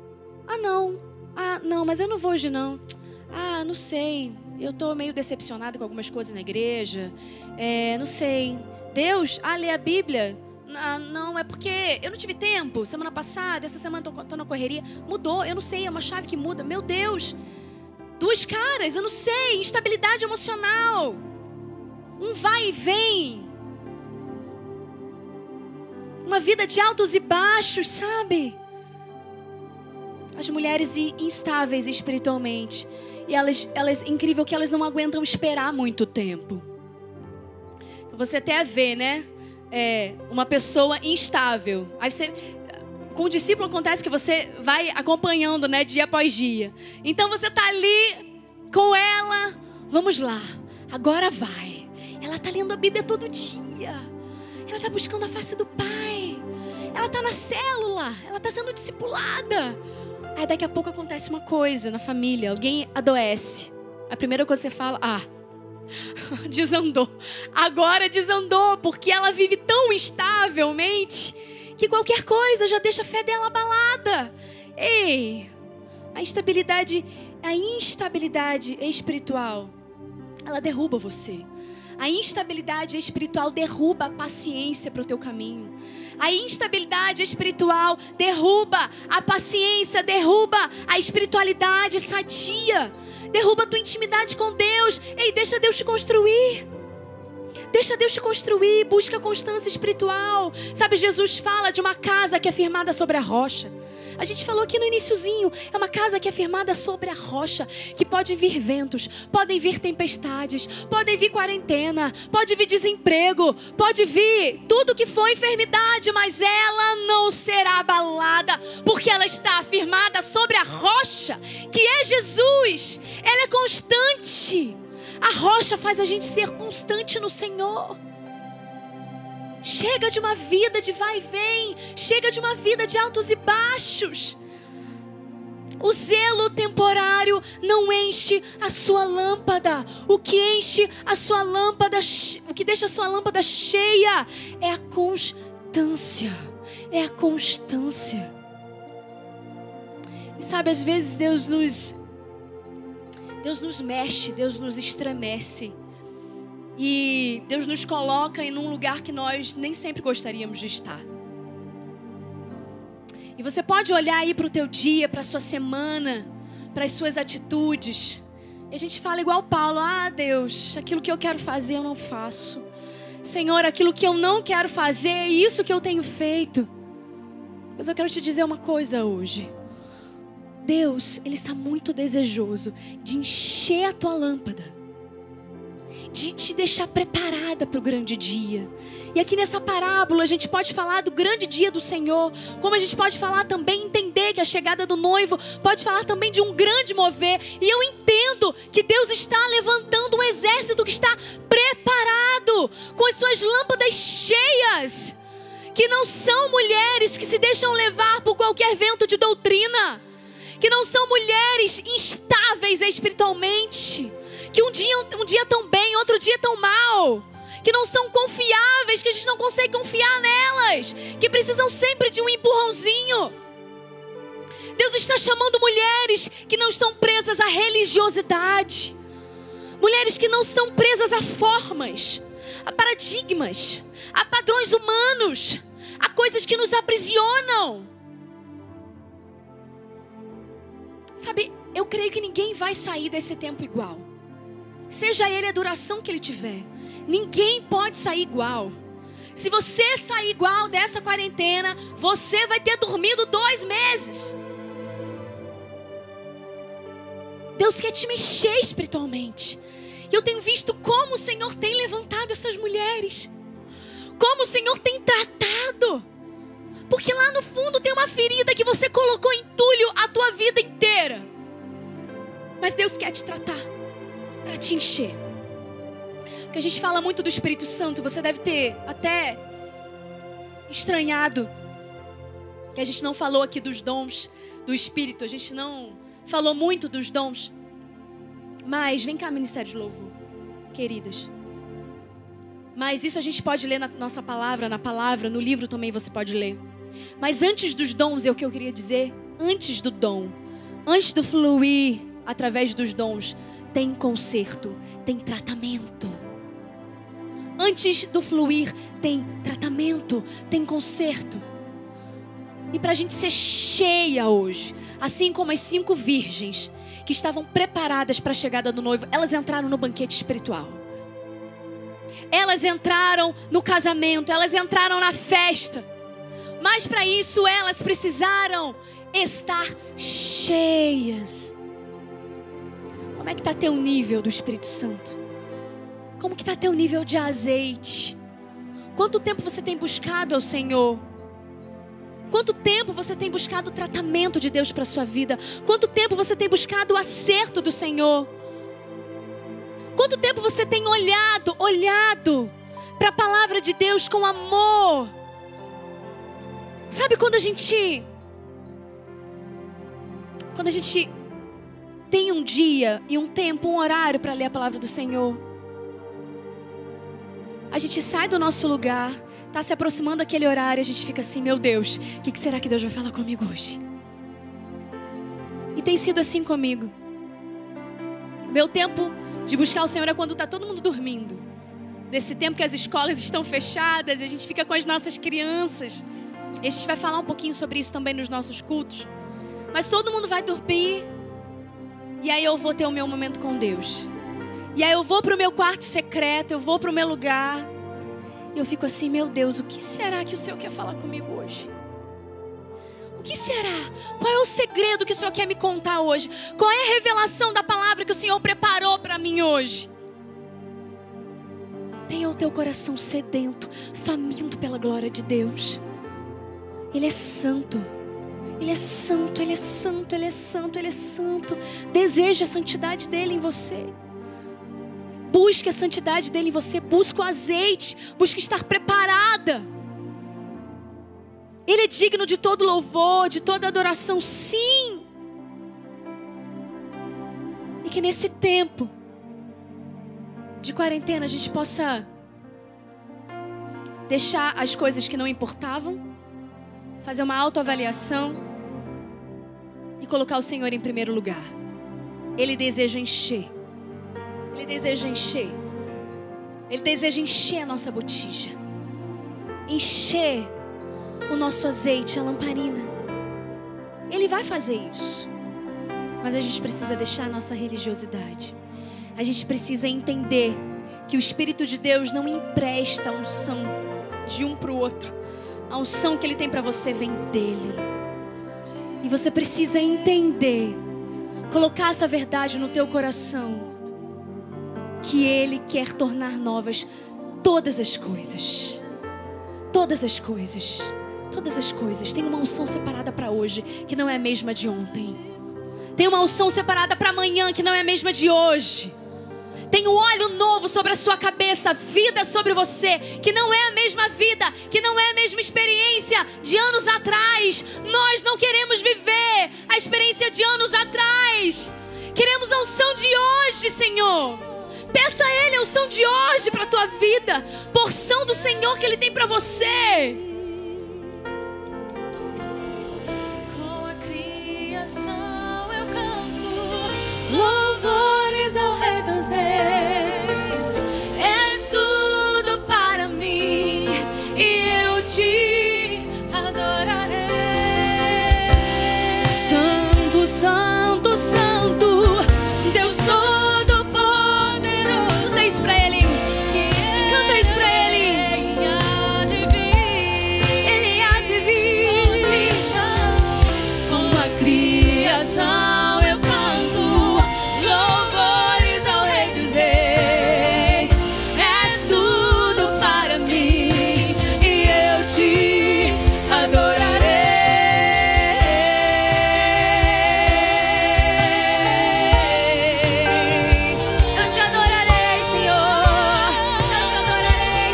Não, mas eu não vou hoje não. Não sei. Eu estou meio decepcionada com algumas coisas na igreja. Não sei. Deus, ler a Bíblia? Não, é porque eu não tive tempo. Semana passada, essa semana estou na correria. Mudou, eu não sei, é uma chave que muda. Meu Deus. 2 caras, eu não sei. Instabilidade emocional. Um vai e vem. uma vida de altos e baixos, sabe? As mulheres instáveis espiritualmente. E elas incrível que elas não aguentam esperar muito tempo. Você até vê, né? Uma pessoa instável. Aí você, com o discípulo acontece que você vai acompanhando, né? Dia após dia. Então você tá ali com ela. Vamos lá. Agora vai. Ela tá lendo a Bíblia todo dia. Ela tá buscando a face do Pai. Ela tá na célula. Ela tá sendo discipulada. Aí daqui a pouco acontece uma coisa na família. Alguém adoece. A primeira coisa que você fala, desandou. Agora desandou, porque ela vive tão instavelmente que qualquer coisa já deixa a fé dela abalada. Ei, a instabilidade espiritual, ela derruba você. A instabilidade espiritual derruba a paciência para o teu caminho. A instabilidade espiritual derruba a paciência, derruba a espiritualidade sadia, derruba a tua intimidade com Deus. Ei, deixa Deus te construir. Deixa Deus te construir, busca a constância espiritual. Sabe, Jesus fala de uma casa que é firmada sobre a rocha. A gente falou aqui no iniciozinho, é uma casa que é firmada sobre a rocha, que pode vir ventos, podem vir tempestades, podem vir quarentena, pode vir desemprego, pode vir tudo que for enfermidade, mas ela não será abalada, porque ela está firmada sobre a rocha, que é Jesus. Ela é constante. A rocha faz a gente ser constante no Senhor. Chega de uma vida de vai e vem. Chega de uma vida de altos e baixos. O zelo temporário não enche a sua lâmpada. O que enche a sua lâmpada, o que deixa a sua lâmpada cheia é a constância. É a constância. E sabe, às vezes Deus nos mexe, Deus nos estremece. E Deus nos coloca em um lugar que nós nem sempre gostaríamos de estar. E você pode olhar aí para o teu dia, para a sua semana, para as suas atitudes. E a gente fala igual Paulo, Deus, aquilo que eu quero fazer eu não faço. Senhor, aquilo que eu não quero fazer é isso que eu tenho feito. Mas eu quero te dizer uma coisa hoje. Deus, Ele está muito desejoso de encher a tua lâmpada, de te deixar preparada para o grande dia. E aqui nessa parábola a gente pode falar do grande dia do Senhor, como a gente pode falar também, entender que a chegada do noivo pode falar também de um grande mover. E eu entendo que Deus está levantando um exército que está preparado, com as suas lâmpadas cheias, que não são mulheres que se deixam levar por qualquer vento de doutrina, que não são mulheres instáveis espiritualmente, que um dia tão bem, outro dia tão mal, que não são confiáveis, que a gente não consegue confiar nelas, que precisam sempre de um empurrãozinho. Deus está chamando mulheres que não estão presas à religiosidade, mulheres que não estão presas a formas, a paradigmas, a padrões humanos, a coisas que nos aprisionam. Sabe, eu creio que ninguém vai sair desse tempo igual. Seja ele a duração que ele tiver, ninguém pode sair igual. Se você sair igual dessa quarentena, você vai ter dormido 2 meses. Deus quer te mexer espiritualmente. E eu tenho visto como o Senhor tem levantado essas mulheres, como o Senhor tem tratado. Porque lá no fundo tem uma ferida que você colocou em entulho a tua vida inteira. Mas Deus quer te tratar, para te encher. Porque a gente fala muito do Espírito Santo. Você deve ter até estranhado que a gente não falou aqui dos dons do Espírito. A gente não falou muito dos dons. Mas vem cá, Ministério de Louvor, queridas. Mas isso a gente pode ler na nossa palavra, no livro também você pode ler. Mas antes dos dons, é o que eu queria dizer, antes do dom, antes do fluir através dos dons, tem conserto, tem tratamento. Antes do fluir, tem tratamento, tem conserto. E para a gente ser cheia hoje, assim como as 5 virgens que estavam preparadas para a chegada do noivo, elas entraram no banquete espiritual. Elas entraram no casamento, elas entraram na festa. Mas para isso elas precisaram estar cheias. Como é que está teu nível do Espírito Santo? Como que está teu nível de azeite? Quanto tempo você tem buscado ao Senhor? Quanto tempo você tem buscado o tratamento de Deus para a sua vida? Quanto tempo você tem buscado o acerto do Senhor? Quanto tempo você tem olhado para a palavra de Deus com amor? Sabe quando a gente tem um dia e um tempo, um horário para ler a palavra do Senhor, a gente sai do nosso lugar, está se aproximando daquele horário, a gente fica assim, meu Deus, o que será que Deus vai falar comigo hoje? E tem sido assim comigo. Meu tempo de buscar o Senhor é quando está todo mundo dormindo. Desse tempo que as escolas estão fechadas e a gente fica com as nossas crianças. E a gente vai falar um pouquinho sobre isso também nos nossos cultos. Mas todo mundo vai dormir. E aí eu vou ter o meu momento com Deus. E aí eu vou para o meu quarto secreto, eu vou para o meu lugar. E eu fico assim, meu Deus, o que será que o Senhor quer falar comigo hoje? O que será? Qual é o segredo que o Senhor quer me contar hoje? Qual é a revelação da palavra que o Senhor preparou para mim hoje? Tenha o teu coração sedento, faminto pela glória de Deus. Ele é santo. Ele é santo, Ele é santo, Ele é santo, Ele é santo. Deseja a santidade dEle em você. Busque a santidade dEle em você. Busque o azeite. Busque estar preparada. Ele é digno de todo louvor, de toda adoração, sim. E que nesse tempo de quarentena a gente possa deixar as coisas que não importavam, fazer uma autoavaliação e colocar o Senhor em primeiro lugar. Ele deseja encher. Ele deseja encher. Ele deseja encher a nossa botija. Encher o nosso azeite, a lamparina. Ele vai fazer isso. Mas a gente precisa deixar a nossa religiosidade. A gente precisa entender que o Espírito de Deus não empresta a unção de um para o outro. A unção que Ele tem para você vem dEle. E você precisa entender, colocar essa verdade no teu coração, que Ele quer tornar novas todas as coisas. Todas as coisas. Todas as coisas. Tem uma unção separada para hoje, que não é a mesma de ontem. Tem uma unção separada para amanhã, que não é a mesma de hoje. Tem um óleo novo sobre a sua cabeça, vida sobre você, que não é a mesma vida, que não é a mesma experiência de anos atrás. Nós não queremos viver a experiência de anos atrás. Queremos a unção de hoje, Senhor. Peça a Ele a unção de hoje para a tua vida. Porção do Senhor que Ele tem para você. Com a criação eu canto louvores ao Rei dos Reis. És tudo para mim e eu te adorarei. Santo, Santo, Santo, Deus Todo-Poderoso. Canta isso pra Ele. Canta isso pra Ele. Ele há de vir. Com a criação eu canto louvores ao Rei dos Reis. És tudo para mim e eu te adorarei. Eu te adorarei, Senhor. Eu te adorarei,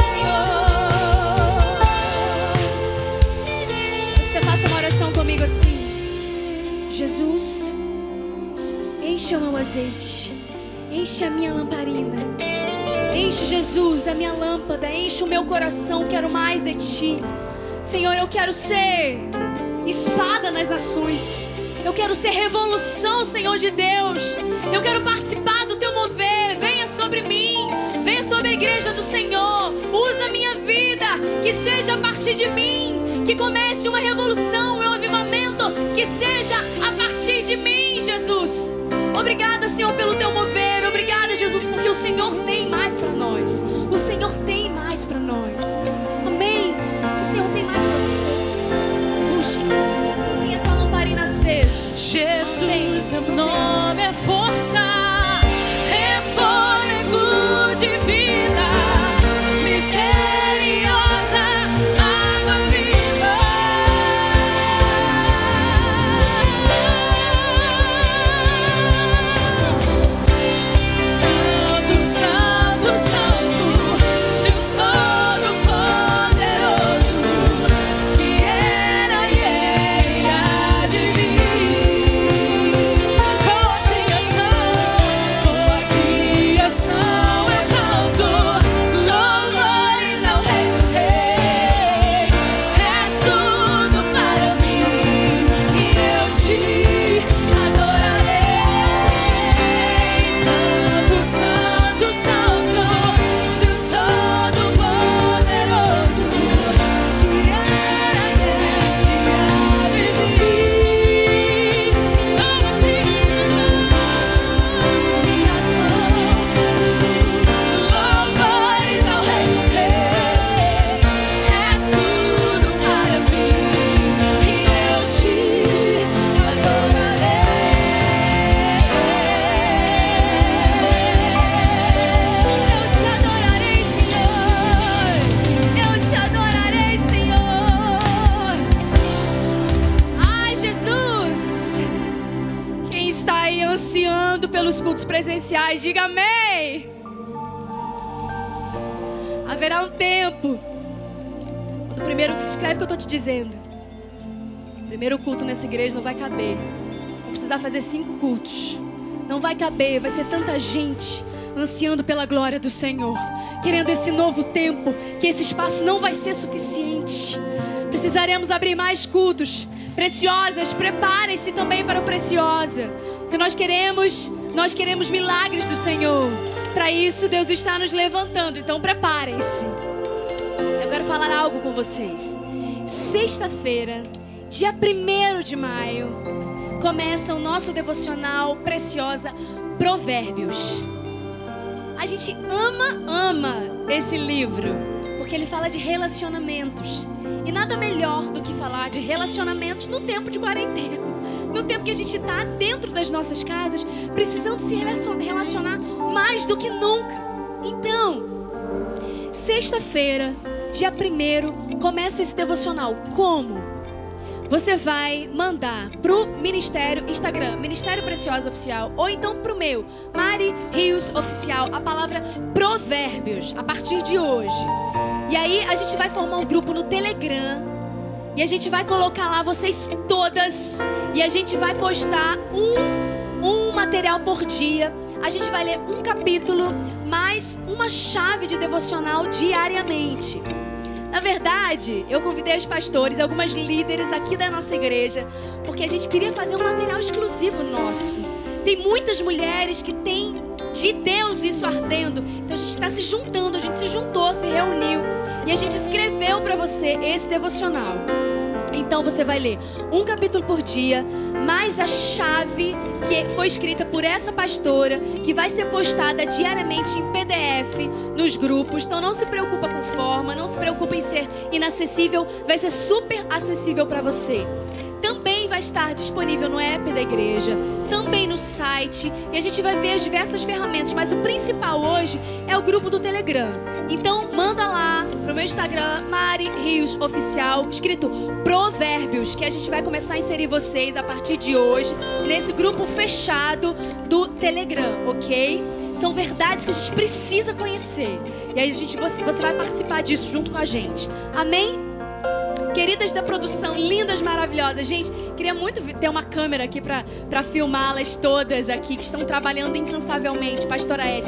Senhor. Que você faça uma oração comigo assim. Jesus, enche o meu azeite. Enche a minha lamparina. Enche, Jesus, a minha lâmpada. Enche o meu coração. Quero mais de Ti. Senhor, eu quero ser espada nas nações. Eu quero ser revolução, Senhor de Deus. Eu quero participar do Teu mover. Venha sobre mim. Venha sobre a igreja do Senhor. Usa a minha vida. Que seja a partir de mim. Que comece uma revolução e um avivamento. Que seja a partir de mim, Jesus. Obrigada, Senhor, pelo Teu mover. Obrigada, Jesus, porque o Senhor tem mais para nós. O Senhor tem mais para nós. Amém? O Senhor tem mais para você. Teu nome é força, é fôlego de vida, misteriosa água viva. Santo, Santo, Santo, Deus Todo-Poderoso, que era e há de vir. Com a criação eu canto louvores ao Rei dos Reis. És tudo para mim e eu te adorarei. Santo, Santo, Santo, Deus Todo-Poderoso, que era e há de vir. Com a louvores ao Rei dos Reis. És tudo para mim e eu te adorarei. Eu te adorarei, Senhor. Eu te adorarei, Senhor. Ai, Jesus! Quem está aí ansiando pelos cultos presenciais, diga amém! Haverá um tempo. Do primeiro, escreve o que eu estou te dizendo. O primeiro culto nessa igreja não vai caber. Vou precisar fazer 5 cultos. Não vai caber, vai ser tanta gente ansiando pela glória do Senhor, querendo esse novo tempo, que esse espaço não vai ser suficiente. Precisaremos abrir mais cultos. Preciosas, preparem-se também para o Preciosa. O que nós queremos milagres do Senhor. Para isso, Deus está nos levantando. Então, preparem-se. Eu quero falar algo com vocês. Sexta-feira, dia 1º de maio, começa o nosso devocional Preciosa Provérbios. A gente ama esse livro, porque ele fala de relacionamentos. E nada melhor do que falar de relacionamentos no tempo de quarentena. No tempo que a gente está dentro das nossas casas, precisando se relacionar mais do que nunca. Então, sexta-feira, dia 1º, começa esse devocional. Como? Você vai mandar pro Ministério Instagram, Ministério Preciosa Oficial, ou então pro meu, Mari Rios Oficial, a palavra Provérbios, a partir de hoje. E aí a gente vai formar um grupo no Telegram. E a gente vai colocar lá vocês todas. E a gente vai postar um material por dia. A gente vai ler um capítulo, mais uma chave de devocional diariamente. Na verdade, eu convidei os pastores, algumas líderes aqui da nossa igreja, porque a gente queria fazer um material exclusivo nosso. Tem muitas mulheres que têm de Deus isso ardendo. Então a gente está se juntando, a gente se juntou, se reuniu. E a gente escreveu para você esse devocional. Então você vai ler um capítulo por dia, mais a chave que foi escrita por essa pastora, que vai ser postada diariamente em PDF nos grupos. Então não se preocupa com forma, não se preocupa em ser inacessível, vai ser super acessível para você. Também vai estar disponível no app da igreja, também no site, e a gente vai ver as diversas ferramentas, mas o principal hoje é o grupo do Telegram. Então manda lá pro meu Instagram, Mari Rios Oficial, escrito Provérbios, que a gente vai começar a inserir vocês a partir de hoje nesse grupo fechado do Telegram, ok? São verdades que a gente precisa conhecer. E aí você vai participar disso junto com a gente. Amém? Queridas da produção, lindas, maravilhosas. Gente, queria muito ter uma câmera aqui pra filmá-las todas aqui, que estão trabalhando incansavelmente. Pastora Edna,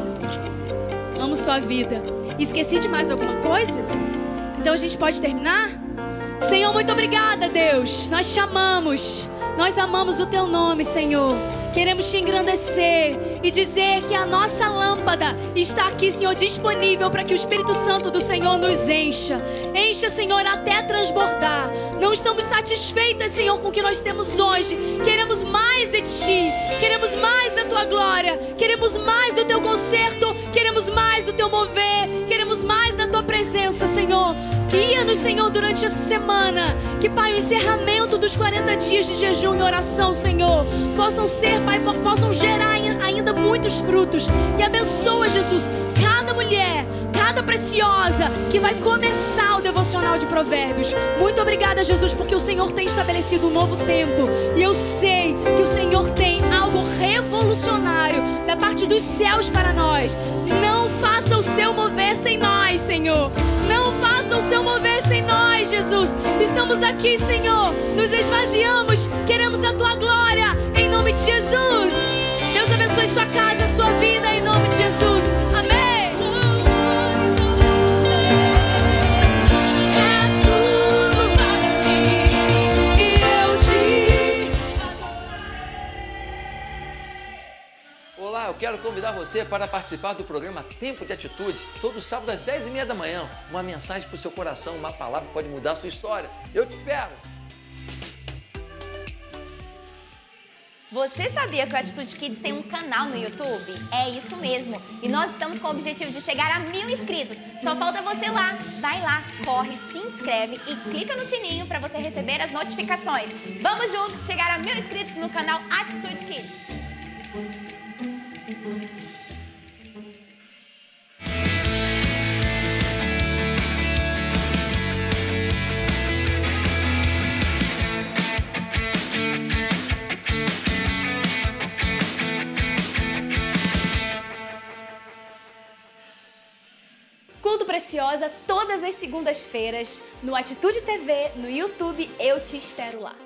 amo sua vida. Esqueci de mais alguma coisa? Então a gente pode terminar? Senhor, muito obrigada, Deus. Nós te amamos. Nós amamos o teu nome, Senhor. Queremos te engrandecer e dizer que a nossa lâmpada está aqui, Senhor, disponível para que o Espírito Santo do Senhor nos encha. Encha, Senhor, até transbordar. Não estamos satisfeitas, Senhor, com o que nós temos hoje. Queremos mais de Ti. Queremos mais da Tua glória. Queremos mais do Teu conserto. Queremos mais do Teu mover. Queremos mais da Tua presença, Senhor. Guia-nos Senhor, durante essa semana, que, Pai, o encerramento dos 40 dias de jejum e oração, Senhor, possam ser, Pai, possam gerar ainda muitos frutos. E abençoa, Jesus, cada mulher, cada preciosa que vai começar o devocional de Provérbios. Muito obrigada, Jesus, porque o Senhor tem estabelecido um novo tempo. E eu sei que o Senhor tem algo revolucionário da parte dos céus para nós. Não faça o seu mover sem nós, Senhor. Não faça o seu mover sem nós, Jesus. Estamos aqui, Senhor. Nos esvaziamos. Queremos a tua glória. Em nome de Jesus. Deus abençoe sua casa, sua vida. Em nome de Jesus. Amém. Olá, eu quero convidar você para participar do programa Tempo de Atitude, todo sábado às 10h30 da manhã. Uma mensagem para o seu coração, uma palavra que pode mudar a sua história. Eu te espero! Você sabia que o Atitude Kids tem um canal no YouTube? É isso mesmo. E nós estamos com o objetivo de chegar a 1000 inscritos. Só falta você lá. Vai lá, corre, se inscreve e clica no sininho para você receber as notificações. Vamos juntos chegar a 1000 inscritos no canal Atitude Kids. Culto Preciosa, todas as segundas-feiras, no Atitude TV, no YouTube. Eu te espero lá.